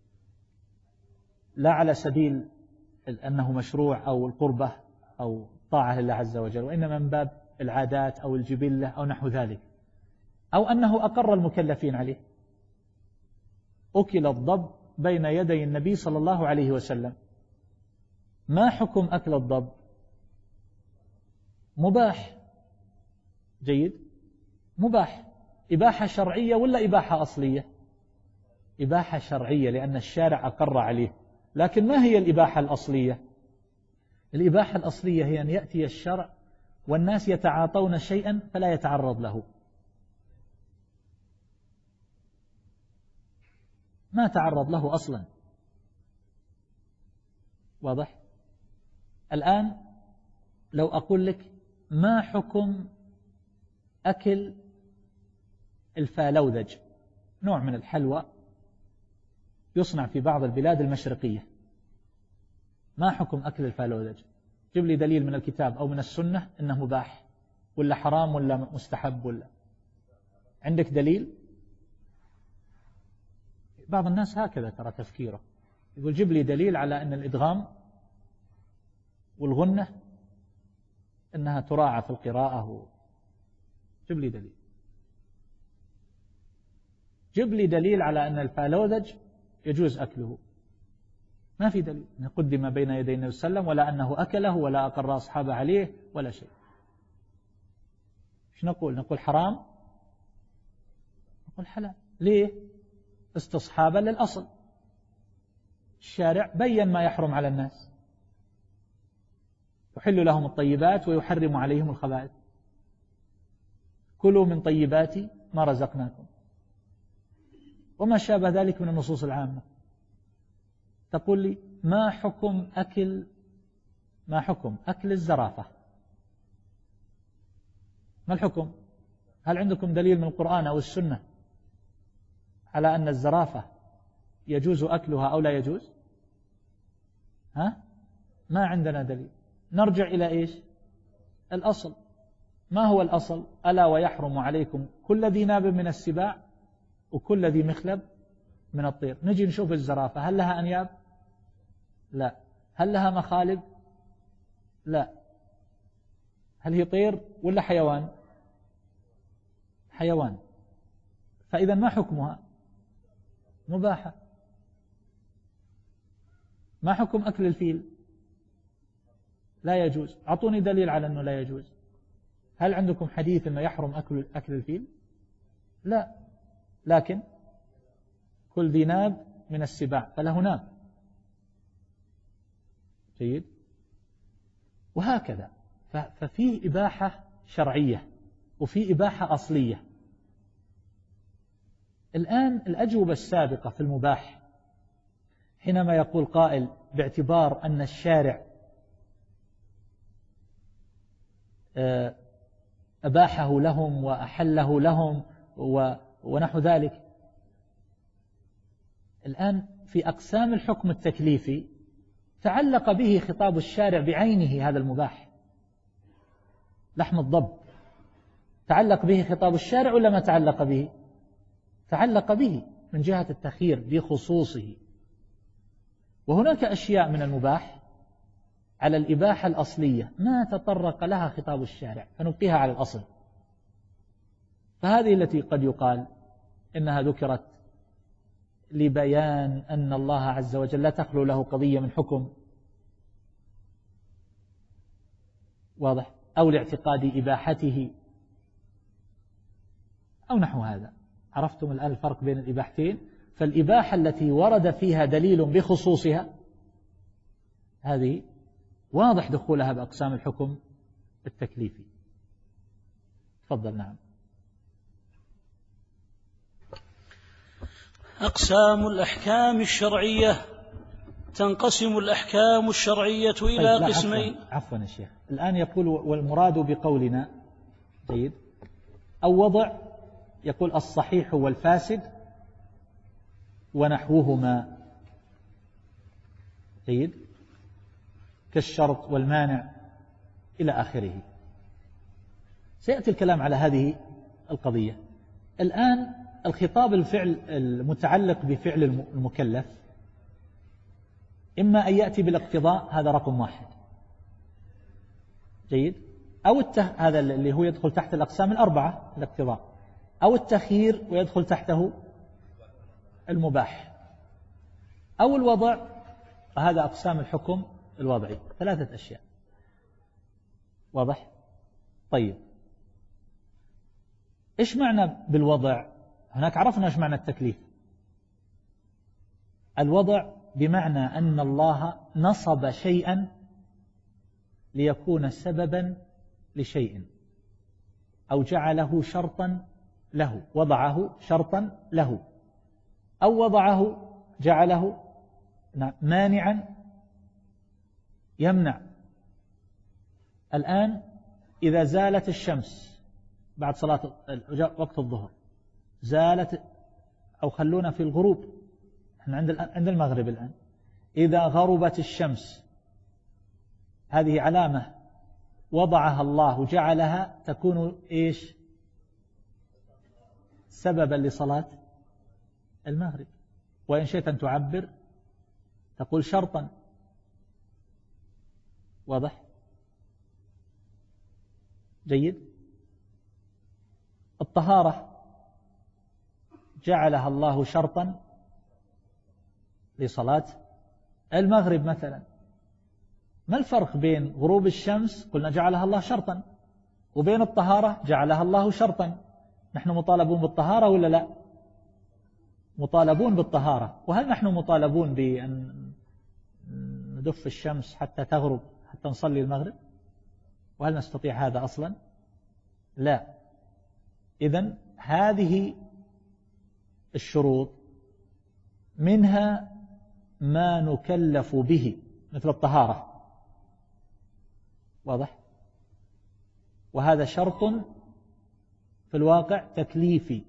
لا على سبيل أنه مشروع أو القربة أو طاعة لله عز وجل، وإنما من باب العادات أو الجبلة أو نحو ذلك، أو أنه أقر المكلفين عليه. أكل الضب بين يدي النبي صلى الله عليه وسلم، ما حكم أكل الضب؟ مباح. جيد، مباح. إباحة شرعية ولا إباحة أصلية؟ إباحة شرعية لأن الشارع أقر عليه. لكن ما هي الإباحة الأصلية؟ الإباحة الأصلية هي أن يأتي الشرع والناس يتعاطون شيئا فلا يتعرض له، ما تعرض له أصلا. واضح؟ الآن لو أقول لك ما حكم أكل الفالوذج، نوع من الحلوى يصنع في بعض البلاد المشرقية، ما حكم أكل الفالوذج؟ جيب لي دليل من الكتاب أو من السنة أنه مباح ولا حرام ولا مستحب. ولا عندك دليل؟ بعض الناس هكذا ترى تفكيره، يقول جيب لي دليل على أن الإدغام والغنة أنها تراعى في القراءة، جيب لي دليل. جيب لي دليل على أن الفالوذج يجوز أكله. ما في دليل قدم بين يدي النبي صلى الله عليه وسلم، ولا أنه أكله ولا أقر أصحابه عليه ولا شيء. ايش نقول؟ نقول حرام؟ نقول حلال. ليه؟ استصحابا للأصل، الشارع بين ما يحرم على الناس، يحل لهم الطيبات ويحرم عليهم الخبائث. كلوا من طيبات ما رزقناكم، وما شابه ذلك من النصوص العامة. تقول لي ما حكم أكل ما حكم أكل الزرافة؟ ما الحكم؟ هل عندكم دليل من القرآن أو السنة على أن الزرافة يجوز أكلها أو لا يجوز؟ ها؟ ما عندنا دليل. نرجع إلى إيش؟ الأصل. ما هو الأصل؟ ألا ويحرم عليكم كل ذي ناب من السباع وكل ذي مخلب من الطير. نجي نشوف الزرافة، هل لها أنياب؟ لا. هل لها مخالب؟ لا. هل هي طير ولا حيوان؟ حيوان. فإذا ما حكمها؟ مباحة. ما حكم أكل الفيل؟ لا يجوز. أعطوني دليل على أنه لا يجوز. هل عندكم حديث أنه يحرم أكل أكل الفيل؟ لا. لكن كل ذي ناب من السباع فله ناب. جيد. وهكذا. ففيه إباحة شرعية وفيه إباحة أصلية. الآن الأجوبة السابقة في المباح، حينما يقول قائل باعتبار أن الشارع أباحه لهم وأحله لهم ونحو ذلك، الآن في أقسام الحكم التكليفي تعلق به خطاب الشارع بعينه هذا المباح. لحم الضب تعلق به خطاب الشارع ولا ما تعلق به؟ تعلق به من جهة التخيير بخصوصه. وهناك أشياء من المباح على الإباحة الأصلية ما تطرق لها خطاب الشارع فنبقيها على الأصل. فهذه التي قد يقال إنها ذكرت لبيان أن الله عز وجل لا تخلو له قضية من حكم، واضح، أو لاعتقاد إباحته أو نحو هذا. عرفتم الآن الفرق بين الإباحتين؟ فالإباحة التي ورد فيها دليل بخصوصها هذه واضح دخولها بأقسام الحكم التكليفي. تفضل. نعم. أقسام الأحكام الشرعية. تنقسم الأحكام الشرعية إلى طيب قسمين. عفوا, عفوا يا شيخ، الآن يقول والمراد بقولنا جيد أو وضع، يقول الصحيح والفاسد ونحوهما جيد كالشرط والمانع إلى آخره. سيأتي الكلام على هذه القضية. الآن الخطاب الفعل المتعلق بفعل المكلف إما أن يأتي بالاقتضاء، هذا رقم واحد جيد، أو الته... هذا اللي هو يدخل تحت الأقسام الأربعة الاقتضاء، أو التخيير ويدخل تحته المباح، أو الوضع، هذا أقسام الحكم الوضعي. ثلاثة أشياء. واضح؟ طيب إيش معنى بالوضع؟ هناك عرفنا إيش معنى التكليف. الوضع بمعنى أن الله نصب شيئا ليكون سببا لشيء، أو جعله شرطا له، وضعه شرطا له، أو وضعه جعله مانعا يمنع. الآن إذا زالت الشمس بعد صلاة وقت الظهر، زالت، أو خلونا في الغروب، احنا عند عند المغرب الآن، إذا غربت الشمس، هذه علامة وضعها الله جعلها تكون إيش؟ سببا لصلاة المغرب. وإن شئت أن تعبر تقول شرطا. واضح؟ جيد. الطهارة جعلها الله شرطا لصلاة المغرب مثلا. ما الفرق بين غروب الشمس قلنا جعلها الله شرطا، وبين الطهارة جعلها الله شرطا؟ نحن مطالبون بالطهارة ولا لا؟ مطالبون بالطهارة. وهل نحن مطالبون بأن ندف الشمس حتى تغرب حتى نصلي المغرب؟ وهل نستطيع هذا أصلا؟ لا. إذن هذه الشروط منها ما نكلف به مثل الطهارة. واضح؟ وهذا شرط في الواقع تكليفي.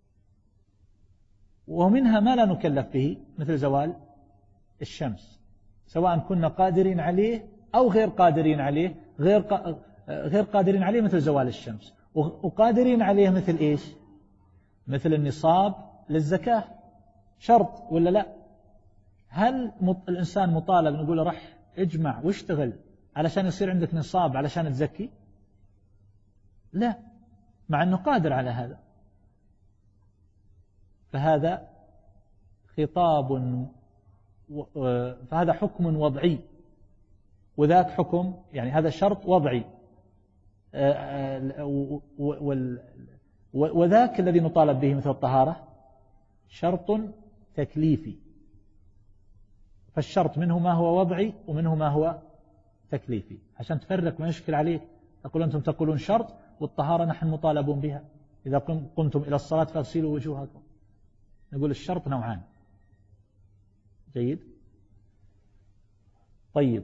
ومنها ما لا نكلف به مثل زوال الشمس. سواء كنا قادرين عليه أو غير قادرين عليه. غير غير قادرين عليه مثل زوال الشمس، وقادرين عليه مثل إيش؟ مثل النصاب للزكاة، شرط ولا لا؟ هل الإنسان مطالب نقول رح اجمع واشتغل علشان يصير عندك نصاب علشان تزكي؟ لا، مع أنه قادر على هذا. فهذا خطاب، فهذا حكم وضعي، وذاك حكم يعني هذا شرط وضعي، وذاك الذي نطالب به مثل الطهارة شرط تكليفي. فالشرط منه ما هو وضعي ومنه ما هو تكليفي، عشان تفرق ما يشكل عليك. تقول أنتم تقولون شرط والطهارة نحن مطالبون بها، إذا قمتم إلى الصلاة فاغسلوا وجوهكم. نقول الشرط نوعان. جيد. طيب،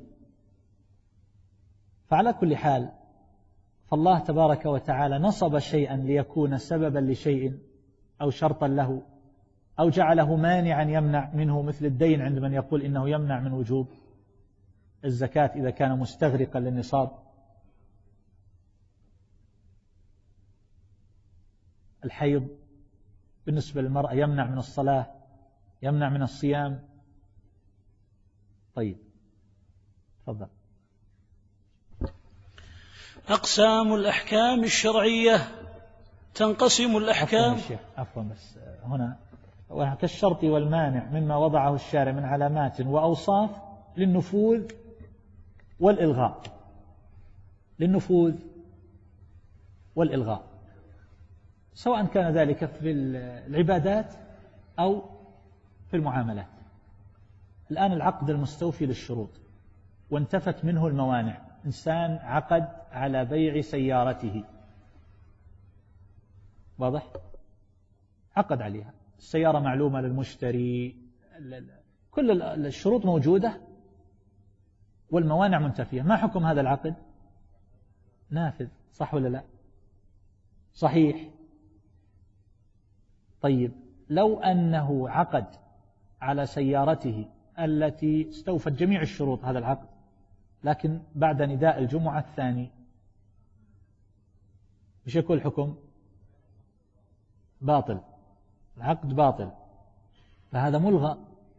فعلى كل حال فالله تبارك وتعالى نصب شيئا ليكون سببا لشيء أو شرطا له، أو جعله مانعا يمنع منه، مثل الدين عند من يقول إنه يمنع من وجوب الزكاة إذا كان مستغرقا للنصاب. الحيض بالنسبة للمرأة يمنع من الصلاة، يمنع من الصيام. طيب تفضل. أقسام الأحكام الشرعية. تنقسم الأحكام. عفوا بس هنا كالشرط والمانع مما وضعه الشارع من علامات وأوصاف للنفوذ والإلغاء. للنفوذ والإلغاء، سواء كان ذلك في العبادات أو في المعاملات. الآن العقد المستوفي للشروط وانتفت منه الموانع. إنسان عقد على بيع سيارته، واضح؟ عقد عليها، السيارة معلومة للمشتري، كل الشروط موجودة والموانع منتفية. ما حكم هذا العقد؟ نافذ، صح ولا لا؟ صحيح. طيب، لو أنه عقد على سيارته التي استوفت جميع الشروط هذا العقد، لكن بعد نداء الجمعة الثاني، مش يكون الحكم؟ باطل، العقد باطل، فهذا ملغى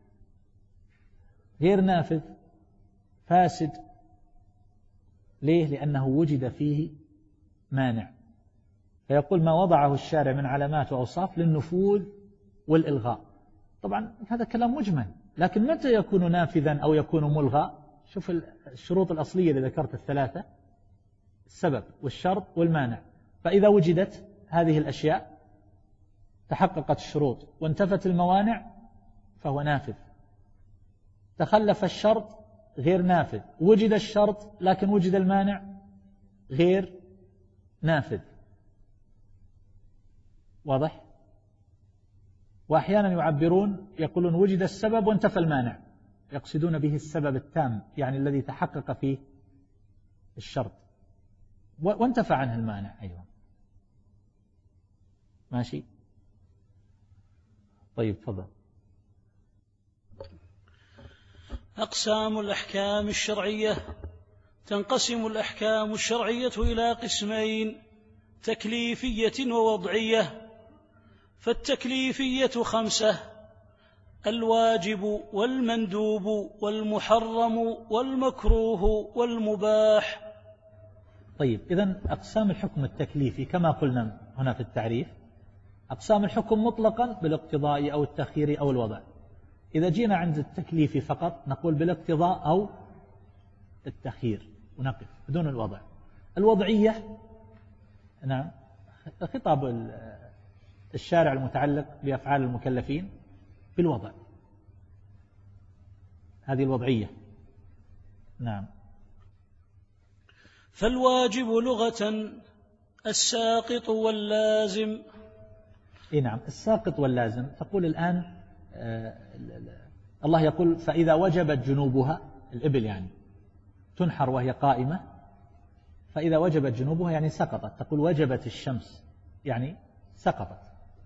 غير نافذ فاسد. ليه؟ لأنه وجد فيه مانع. فيقول ما وضعه الشارع من علامات وأوصاف للنفوذ والإلغاء. طبعا هذا كلام مجمل، لكن متى يكون نافذا أو يكون ملغى؟ شوف الشروط الأصلية اللي ذكرت الثلاثة: السبب والشرط والمانع. فإذا وجدت هذه الأشياء، تحققت الشروط وانتفت الموانع، فهو نافذ. تخلف الشرط غير نافذ، وجد الشرط لكن وجد المانع غير نافذ. واضح؟ وأحيانا يعبرون يقولون وجد السبب وانتفى المانع، يقصدون به السبب التام، يعني الذي تحقق فيه الشرط وانتفى عنه المانع أيضا. ماشي؟ طيب تفضل. أقسام الأحكام الشرعية. تنقسم الأحكام الشرعية إلى قسمين: تكليفية ووضعية. فالتكليفية خمسة: الواجب والمندوب والمحرم والمكروه والمباح. طيب، إذن أقسام الحكم التكليفي كما قلنا هنا في التعريف: أقسام الحكم مطلقا بالاقتضاء أو التخيير أو الوضع. إذا جينا عند التكليف فقط نقول بالاقتضاء أو التخيير ونقف بدون الوضع. الوضعية، نعم، خطاب الشارع المتعلق بأفعال المكلفين بالوضع، هذه الوضعية. نعم. فالواجب لغة الساقط واللازم. إيه نعم، الساقط واللازم. تقول الآن آه الله يقول فإذا وجبت جنوبها، الإبل يعني تنحر وهي قائمة، فإذا وجبت جنوبها يعني سقطت. تقول وجبت الشمس يعني سقطت.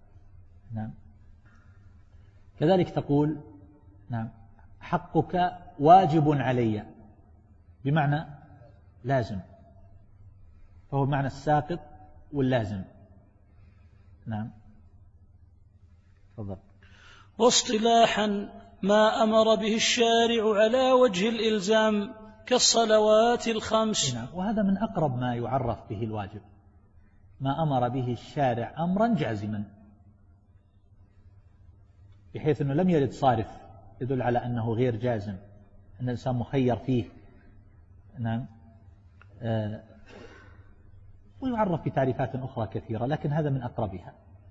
نعم. كذلك تقول نعم حقك واجب علي بمعنى لازم، فهو معنى الساقط واللازم. نعم تفضل. واصطلاحا ما أمر به الشارع على وجه الإلزام كالصلوات الخمس. نعم، وهذا من أقرب ما يعرف به الواجب، ما أمر به الشارع أمرا جازما، بحيث أنه لم يرد صارف يدل على أنه غير جازم، أن الإنسان مخير فيه. نعم آه ويعرف بتعريفات أخرى كثيرة، لكن هذا من أقربها.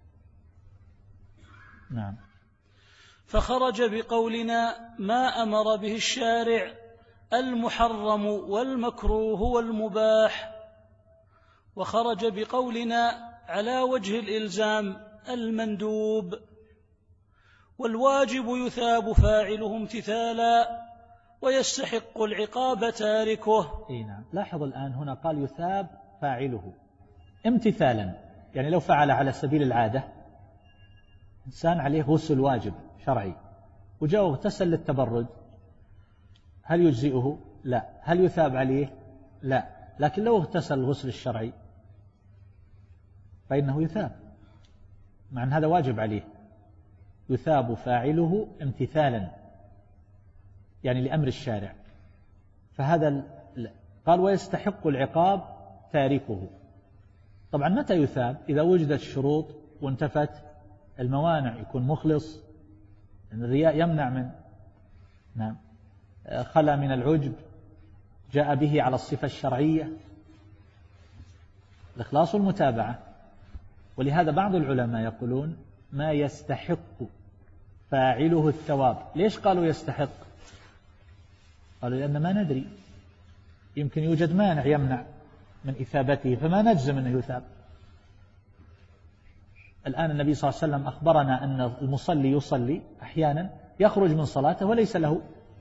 نعم. فخرج بقولنا ما أمر به الشارع المحرم والمكروه والمباح، وخرج بقولنا على وجه الإلزام المندوب، والواجب يثاب فاعله امتثالا ويستحق العقاب تاركه. إيه نعم. لاحظ الآن هنا قال يثاب فاعله امتثالا، يعني لو فعل على سبيل العادة، إنسان عليه غسل واجب شرعي وجاء واغتسل للتبرد، هل يجزئه؟ لا. هل يثاب عليه؟ لا. لكن لو اغتسل الغسل الشرعي فإنه يثاب، مع أن هذا واجب عليه. يثاب فاعله امتثالا، يعني لأمر الشارع. فهذا قال ويستحق العقاب تاركه. طبعا متى يثاب؟ إذا وجدت الشروط وانتفت الموانع، يكون مخلص، الرياء يمنع من نعم خلا من العجب، جاء به على الصفة الشرعية، الإخلاص والمتابعة. ولهذا بعض العلماء يقولون ما يستحق فاعله الثواب. ليش قالوا يستحق؟ قالوا لأن ما ندري، يمكن يوجد مانع يمنع من إثابته، فما نجزم أنه يثاب. الآن النبي صلى الله عليه وسلم أخبرنا أن المصلي يصلي أحيانا يخرج من صلاته وليس له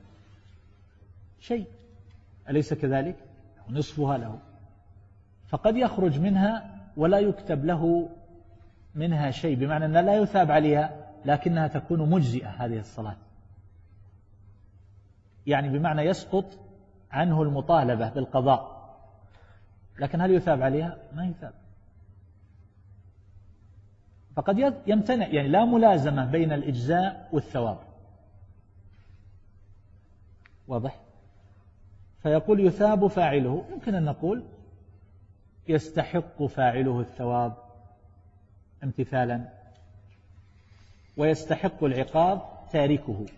شيء، أليس كذلك؟ نصفها له، فقد يخرج منها ولا يكتب له منها شيء، بمعنى أنها لا يثاب عليها، لكنها تكون مجزئة هذه الصلاة، يعني بمعنى يسقط عنه المطالبة بالقضاء، لكن هل يثاب عليها؟ ما يثاب. فقد يمتنع، يعني لا ملازمة بين الإجزاء والثواب، واضح؟ فيقول يثاب فاعله، يمكن أن نقول يستحق فاعله الثواب امتثالا، ويستحق العقاب تاركه.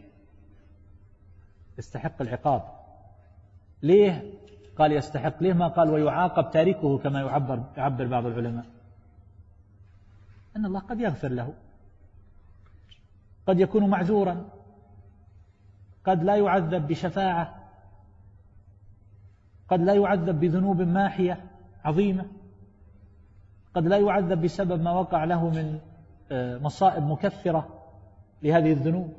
يستحق العقاب ليه قال يستحق؟ ليه ما قال ويعاقب تاركه كما يعبر, يعبر بعض العلماء؟ أن الله قد يغفر له، قد يكون معذورا، قد لا يعذب بشفاعة، قد لا يعذب بذنوب ماحية عظيمة، قد لا يعذب بسبب ما وقع له من مصائب مكفرة لهذه الذنوب،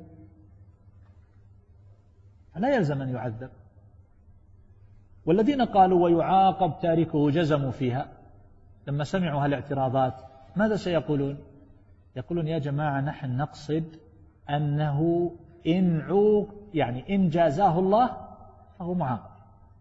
فلا يلزم أن يعذب. والذين قالوا ويعاقب تاركه جزموا فيها، لما سمعوا هالاعتراضات ماذا سيقولون؟ يقولون يا جماعة نحن نقصد أنه إن عوق، يعني إن جازاه الله فهو معاقب،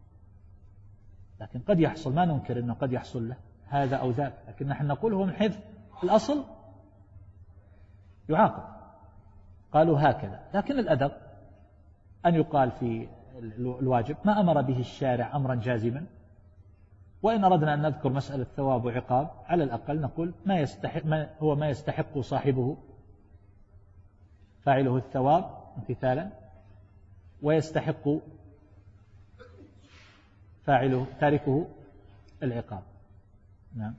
لكن قد يحصل، ما ننكر أنه قد يحصل له هذا أو ذاك، لكن نحن نقول هو من حيث الأصل يعاقب. قالوا هكذا، لكن الأدب أن يقال في الواجب ما أمر به الشارع أمرا جازما، وإن أردنا أن نذكر مسألة ثواب وعقاب على الأقل نقول ما يستحق، ما هو ما يستحق صاحبه فاعله الثواب امتثالا، ويستحق فاعله تاركه العقاب. نعم.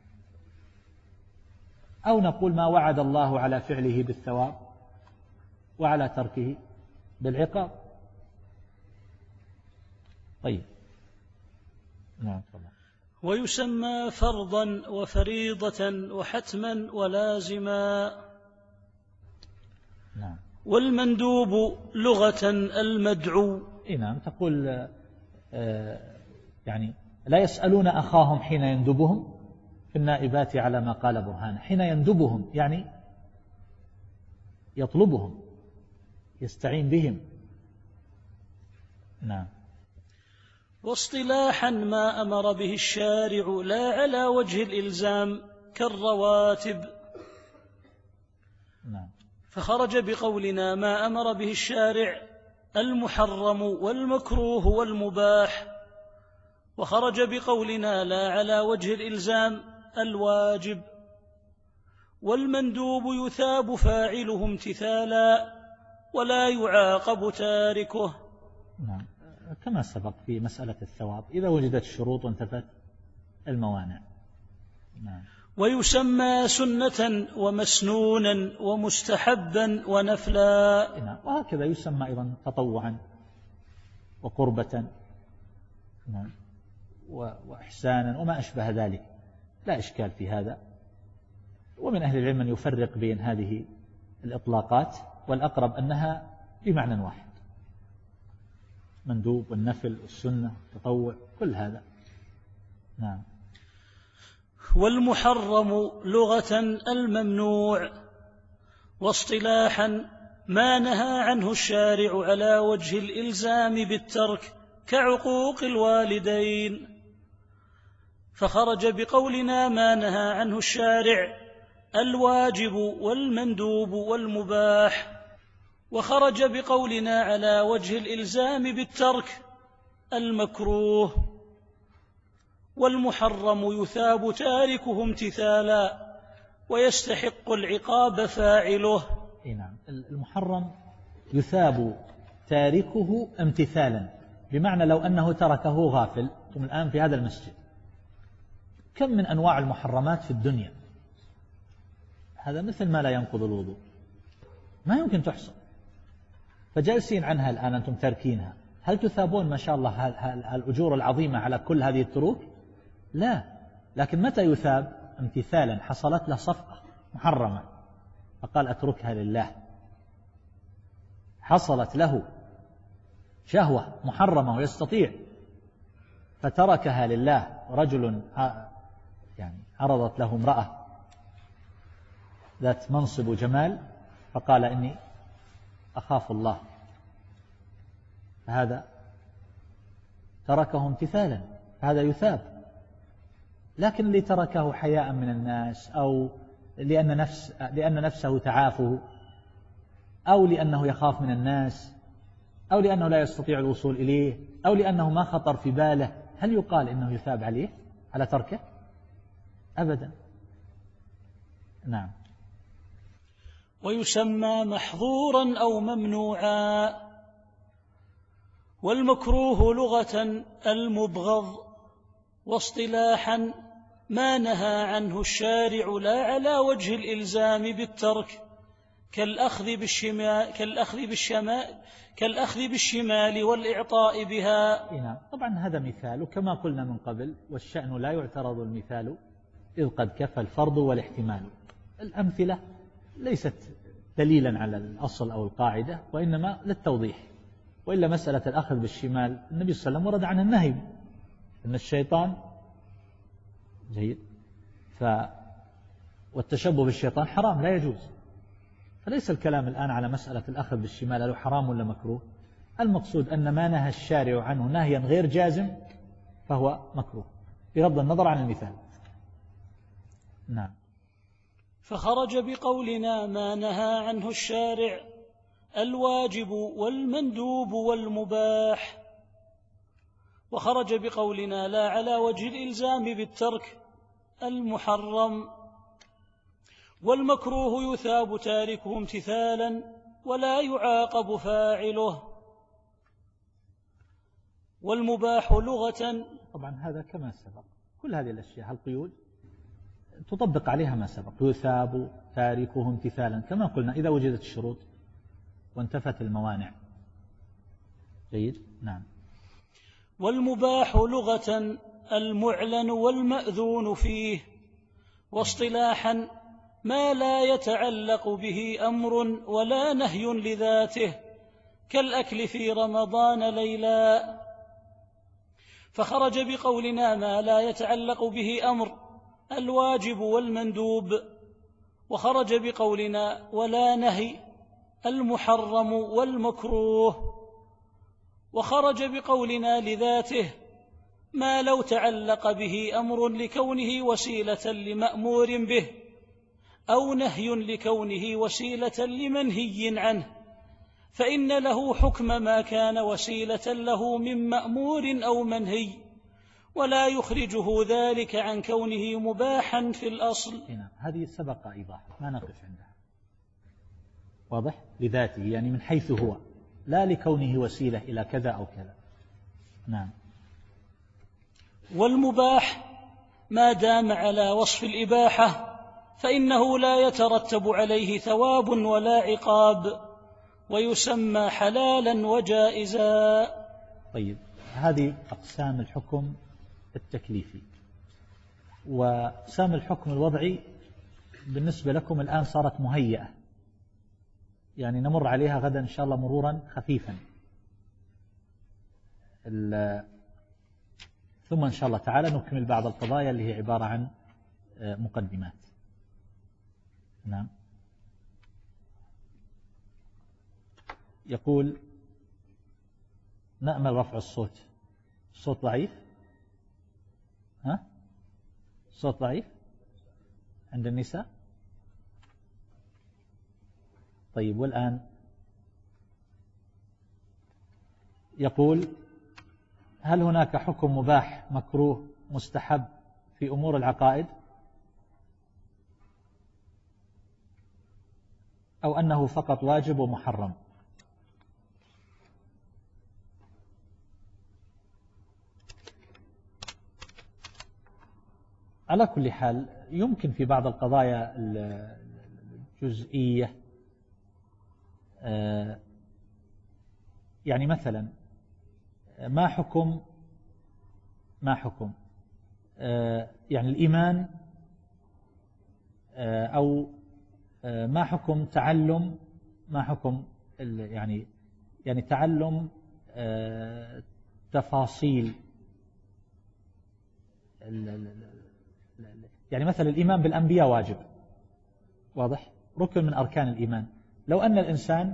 أو نقول ما وعد الله على فعله بالثواب وعلى تركه بالعقاب. طيب. نعم. ويسمى فرضا وفريضة وحتما ولازما. نعم. والمندوب لغة المدعو. إيه نعم. تقول آه يعني لا يسألون أخاهم حين يندبهم في النائبات على ما قال برهان. حين يندبهم يعني يطلبهم، يستعين بهم، نعم. واصطلاحا ما أمر به الشارع لا على وجه الإلزام كالرواتب. نعم. فخرج بقولنا ما أمر به الشارع المحرم والمكروه والمباح، وخرج بقولنا لا على وجه الإلزام الواجب، والمندوب يثاب فاعله امتثالا ولا يعاقب تاركه. نعم. كما سبق في مسألة الثواب إذا وجدت الشروط وانتفت الموانع. نعم. ويسمى سنة ومسنونا ومستحبا ونفلا. نعم. وهكذا يسمى أيضا تطوعا وقربة. نعم. وإحسانا وما أشبه ذلك، لا إشكال في هذا. ومن أهل العلم من يفرق بين هذه الإطلاقات، والأقرب أنها بمعنى واحد، مندوب والنفل والسنة والتطوع كل هذا. نعم. والمحرم لغة الممنوع، واصطلاحا ما نهى عنه الشارع على وجه الإلزام بالترك كعقوق الوالدين. فخرج بقولنا ما نهى عنه الشارع الواجب والمندوب والمباح، وخرج بقولنا على وجه الإلزام بالترك المكروه، والمحرم يثاب تاركه امتثالا ويستحق العقاب فاعله. نعم. المحرم يثاب تاركه امتثالا، بمعنى لو أنه تركه غافل. ثم الآن في هذا المسجد كم من أنواع المحرمات في الدنيا، هذا مثل ما لا ينقض الوضوء، ما يمكن تحصى. فجالسين عنها الآن أنتم تاركينها، هل تثابون ما شاء الله الأجور العظيمة على كل هذه التروك؟ لا. لكن متى يثاب؟ امتثالا، حصلت له صفقة محرمة فقال أتركها لله، حصلت له شهوة محرمة ويستطيع فتركها لله. رجل يعني عرضت له امرأة ذات منصب وجمال فقال إني أخاف الله، فهذا تركه امتثالا، هذا يثاب. لكن اللي تركه حياء من الناس، أو لأن, نفس لأن نفسه تعافه، أو لأنه يخاف من الناس، أو لأنه لا يستطيع الوصول إليه، أو لأنه ما خطر في باله، هل يقال إنه يثاب عليه على تركه؟ أبدا. نعم. ويسمى محظورا أو ممنوعا. والمكروه لغة المبغض، واصطلاحا ما نهى عنه الشارع لا على وجه الإلزام بالترك كالأخذ بالشمال كالأخذ بالشمال كالأخذ بالشمال والإعطاء بها. نعم. طبعا هذا مثال، وكما قلنا من قبل والشأن لا يعترض المثال إذ قد كفى الفرض والاحتمال. الأمثلة ليست دليلا على الأصل أو القاعدة، وإنما للتوضيح. وإلا مسألة الأخذ بالشمال النبي صلى الله عليه وسلم ورد عن النهي، أن الشيطان جيد ف... والتشبه بالشيطان حرام لا يجوز. فليس الكلام الآن على مسألة الأخذ بالشمال هل حرام ولا مكروه، المقصود أن ما نهى الشارع عنه نهيا غير جازم فهو مكروه بغض النظر عن المثال. نعم. فخرج بقولنا ما نهى عنه الشارع الواجب والمندوب والمباح، وخرج بقولنا لا على وجه الإلزام بالترك المحرم، والمكروه يثاب تاركه امتثالا ولا يعاقب فاعله. والمباح لغة، طبعا هذا كما سبق، كل هذه الأشياء القيود تطبق عليها ما سبق، يثاب تاركه امتثالا كما قلنا إذا وجدت الشروط وانتفت الموانع. جيد. نعم. والمباح لغة المعلن والمأذون فيه، واصطلاحا ما لا يتعلق به أمر ولا نهي لذاته كالأكل في رمضان ليلا. فخرج بقولنا ما لا يتعلق به أمر الواجب والمندوب، وخرج بقولنا ولا نهي المحرم والمكروه، وخرج بقولنا لذاته ما لو تعلق به أمر لكونه وسيلة لمأمور به أو نهي لكونه وسيلة لمنهي عنه، فإن له حكم ما كان وسيلة له من مأمور أو منهي، ولا يخرجه ذلك عن كونه مباحا في الأصل. هذه سبق إيضاحها، ما نقف عندها. واضح؟ لذاته يعني من حيث هو، لا لكونه وسيلة إلى كذا أو كذا. نعم. والمباح ما دام على وصف الإباحة فإنه لا يترتب عليه ثواب ولا عقاب، ويسمى حلالا وجائزا. طيب، هذه أقسام الحكم التكليفي. وأقسام الحكم الوضعي بالنسبة لكم الآن صارت مهيئة، يعني نمر عليها غدا إن شاء الله مرورا خفيفا، ثم إن شاء الله تعالى نكمل بعض القضايا اللي هي عبارة عن مقدمات. نعم. يقول نأمل رفع الصوت. الصوت ضعيف؟ ها؟ الصوت ضعيف عند النساء؟ طيب، والآن يقول هل هناك حكم مباح مكروه مستحب في أمور العقائد، أو أنه فقط واجب ومحرم؟ على كل حال يمكن في بعض القضايا الجزئية، يعني مثلا ما حكم ما حكم يعني الإيمان، أو ما حكم تعلم ما حكم يعني يعني تعلم تفاصيل، يعني مثلا الإيمان بالأنبياء واجب، واضح، ركن من أركان الإيمان. لو أن الإنسان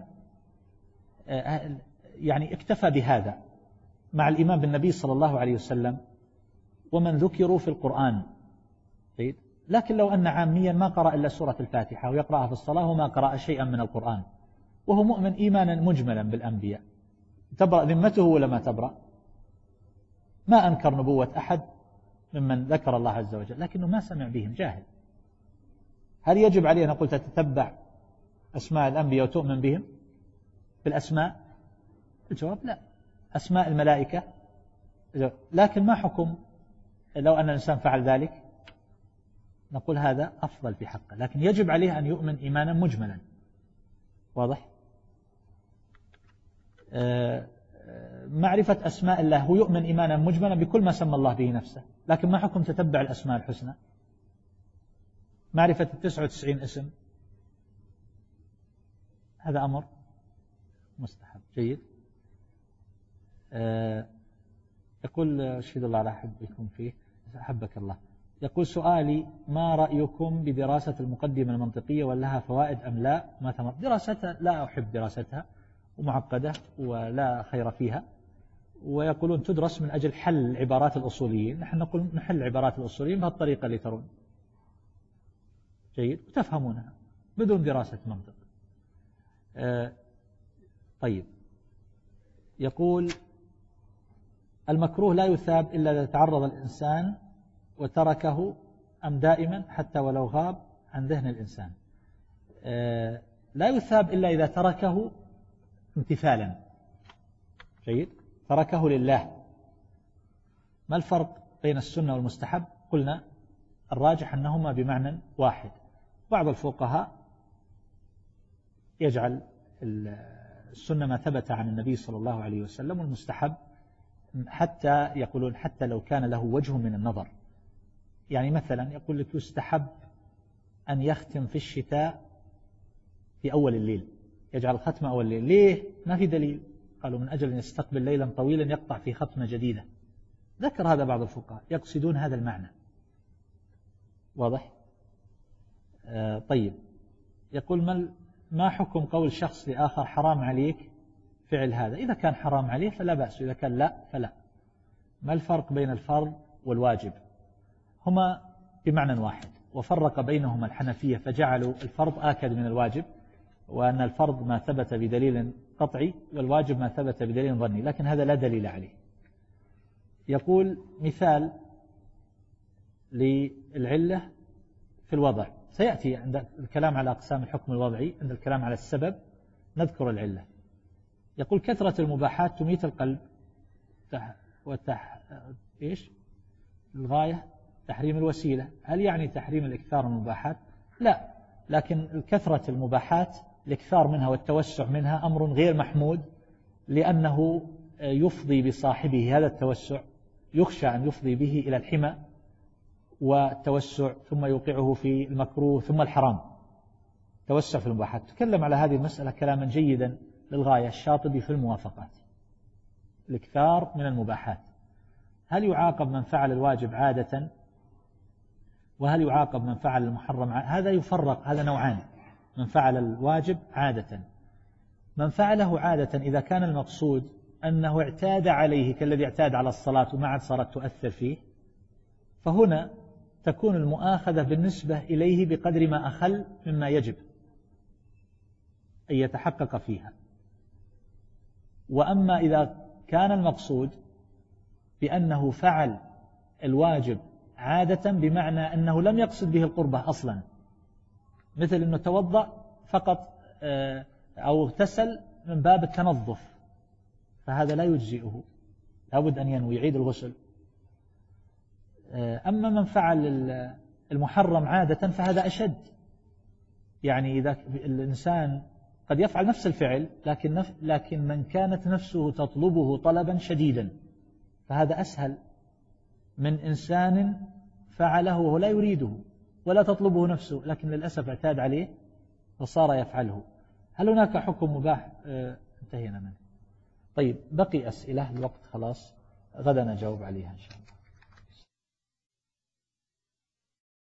يعني اكتفى بهذا مع الإيمان بالنبي صلى الله عليه وسلم ومن ذكروا في القرآن، لكن لو أن عاميا ما قرأ إلا سورة الفاتحة ويقرأها في الصلاة وما قرأ شيئا من القرآن وهو مؤمن إيمانا مجملا بالأنبياء، تبرأ ذمته ولا ما تبرأ؟ ما أنكر نبوة أحد ممن ذكر الله عز وجل، لكنه ما سمع بهم، جاهل. هل يجب عليه أن أقول تتبع أسماء الأنبياء وتؤمن بهم بالأسماء؟ الجواب لا. أسماء الملائكة، لكن ما حكم لو أن الإنسان فعل ذلك؟ نقول هذا أفضل في حقه، لكن يجب عليه أن يؤمن إيمانا مجملا، واضح. آه معرفة أسماء الله، هو يؤمن إيمانا مجملا بكل ما سمى الله به نفسه، لكن ما حكم تتبع الأسماء الحسنى؟ معرفة التسعة وتسعين اسم، هذا أمر مستحب. جيد. آه يقول أشهد الله على حبكم فيه، أحبك الله. يقول سؤالي ما رأيكم بدراسة المقدمة المنطقية، ولها فوائد أم لا؟ ما ثمر دراستها؟ لا أحب دراستها، ومعقدة ولا خير فيها. ويقولون تدرس من أجل حل عبارات الأصوليين، نحن نقول نحل عبارات الأصوليين بهالطريقة اللي ترون. جيد، وتفهمونها بدون دراسة منطق. آه طيب، يقول المكروه لا يثاب إلا إذا تعرض الإنسان وتركه، أم دائما حتى ولو غاب عن ذهن الإنسان؟ آه لا يثاب إلا إذا تركه امتثالا. جيد، تركه لله. ما الفرق بين السنة والمستحب؟ قلنا الراجح أنهما بمعنى واحد. بعض الفقهاء يجعل السنة ما ثبت عن النبي صلى الله عليه وسلم، والمستحب حتى يقولون حتى لو كان له وجه من النظر. يعني مثلا يقول لك يستحب أن يختم في الشتاء في أول الليل، يجعل ختمة أول الليل. ليه؟ ما في دليل. قالوا من أجل أن يستقبل ليلا طويلا يقطع في ختمة جديدة. ذكر هذا بعض الفقهاء، يقصدون هذا المعنى، واضح. آه طيب، يقول ما ما حكم قول شخص لآخر حرام عليك فعل هذا، إذا كان حرام عليه فلا بأس، إذا كان لا فلا. ما الفرق بين الفرض والواجب؟ هما بمعنى واحد، وفرق بينهما الحنفية فجعلوا الفرض آكد من الواجب، وأن الفرض ما ثبت بدليل قطعي والواجب ما ثبت بدليل ظني، لكن هذا لا دليل عليه. يقول مثال للعلة في الوضع، سيأتي عند الكلام على أقسام الحكم الوضعي، عند الكلام على السبب نذكر العلة. يقول كثرة المباحات تميت القلب وتح... إيش؟ الغاية تحريم الوسيلة. هل يعني تحريم الإكثار من المباحات؟ لا، لكن كثرة المباحات الإكثار منها والتوسع منها أمر غير محمود، لأنه يفضي بصاحبه هذا التوسع، يخشى أن يفضي به إلى الحمى والتوسع، ثم يوقعه في المكروه ثم الحرام. توسع في المباحات. تكلم على هذه المسألة كلاما جيدا للغاية الشاطبي في الموافقات. الإكثار من المباحات، هل يعاقب من فعل الواجب عادة، وهل يعاقب من فعل المحرم عادة؟ هذا يفرق، هذا نوعان: من فعل الواجب عادة. من فعله عادة إذا كان المقصود أنه اعتاد عليه كالذي اعتاد على الصلاة وما عاد صارت تؤثر فيه، فهنا تكون المؤاخذة بالنسبة إليه بقدر ما أخل مما يجب أن يتحقق فيها. وأما إذا كان المقصود بأنه فعل الواجب عادة بمعنى أنه لم يقصد به القربة أصلا، مثل أنه توضأ فقط أو اغتسل من باب التنظف، فهذا لا يجزئه، لابد أن ينوي يعيد الغسل. أما من فعل المحرم عادة فهذا أشد، يعني إذا الإنسان قد يفعل نفس الفعل لكن, لكن من كانت نفسه تطلبه طلبا شديدا، فهذا أسهل من إنسان فعله وهو لا يريده ولا تطلبه نفسه، لكن للأسف اعتاد عليه فصار يفعله. هل هناك حكم مباح؟ اه انتهينا منه. طيب، بقي أسئلة، الوقت خلاص، غدا نجاوب عليها إن شاء الله.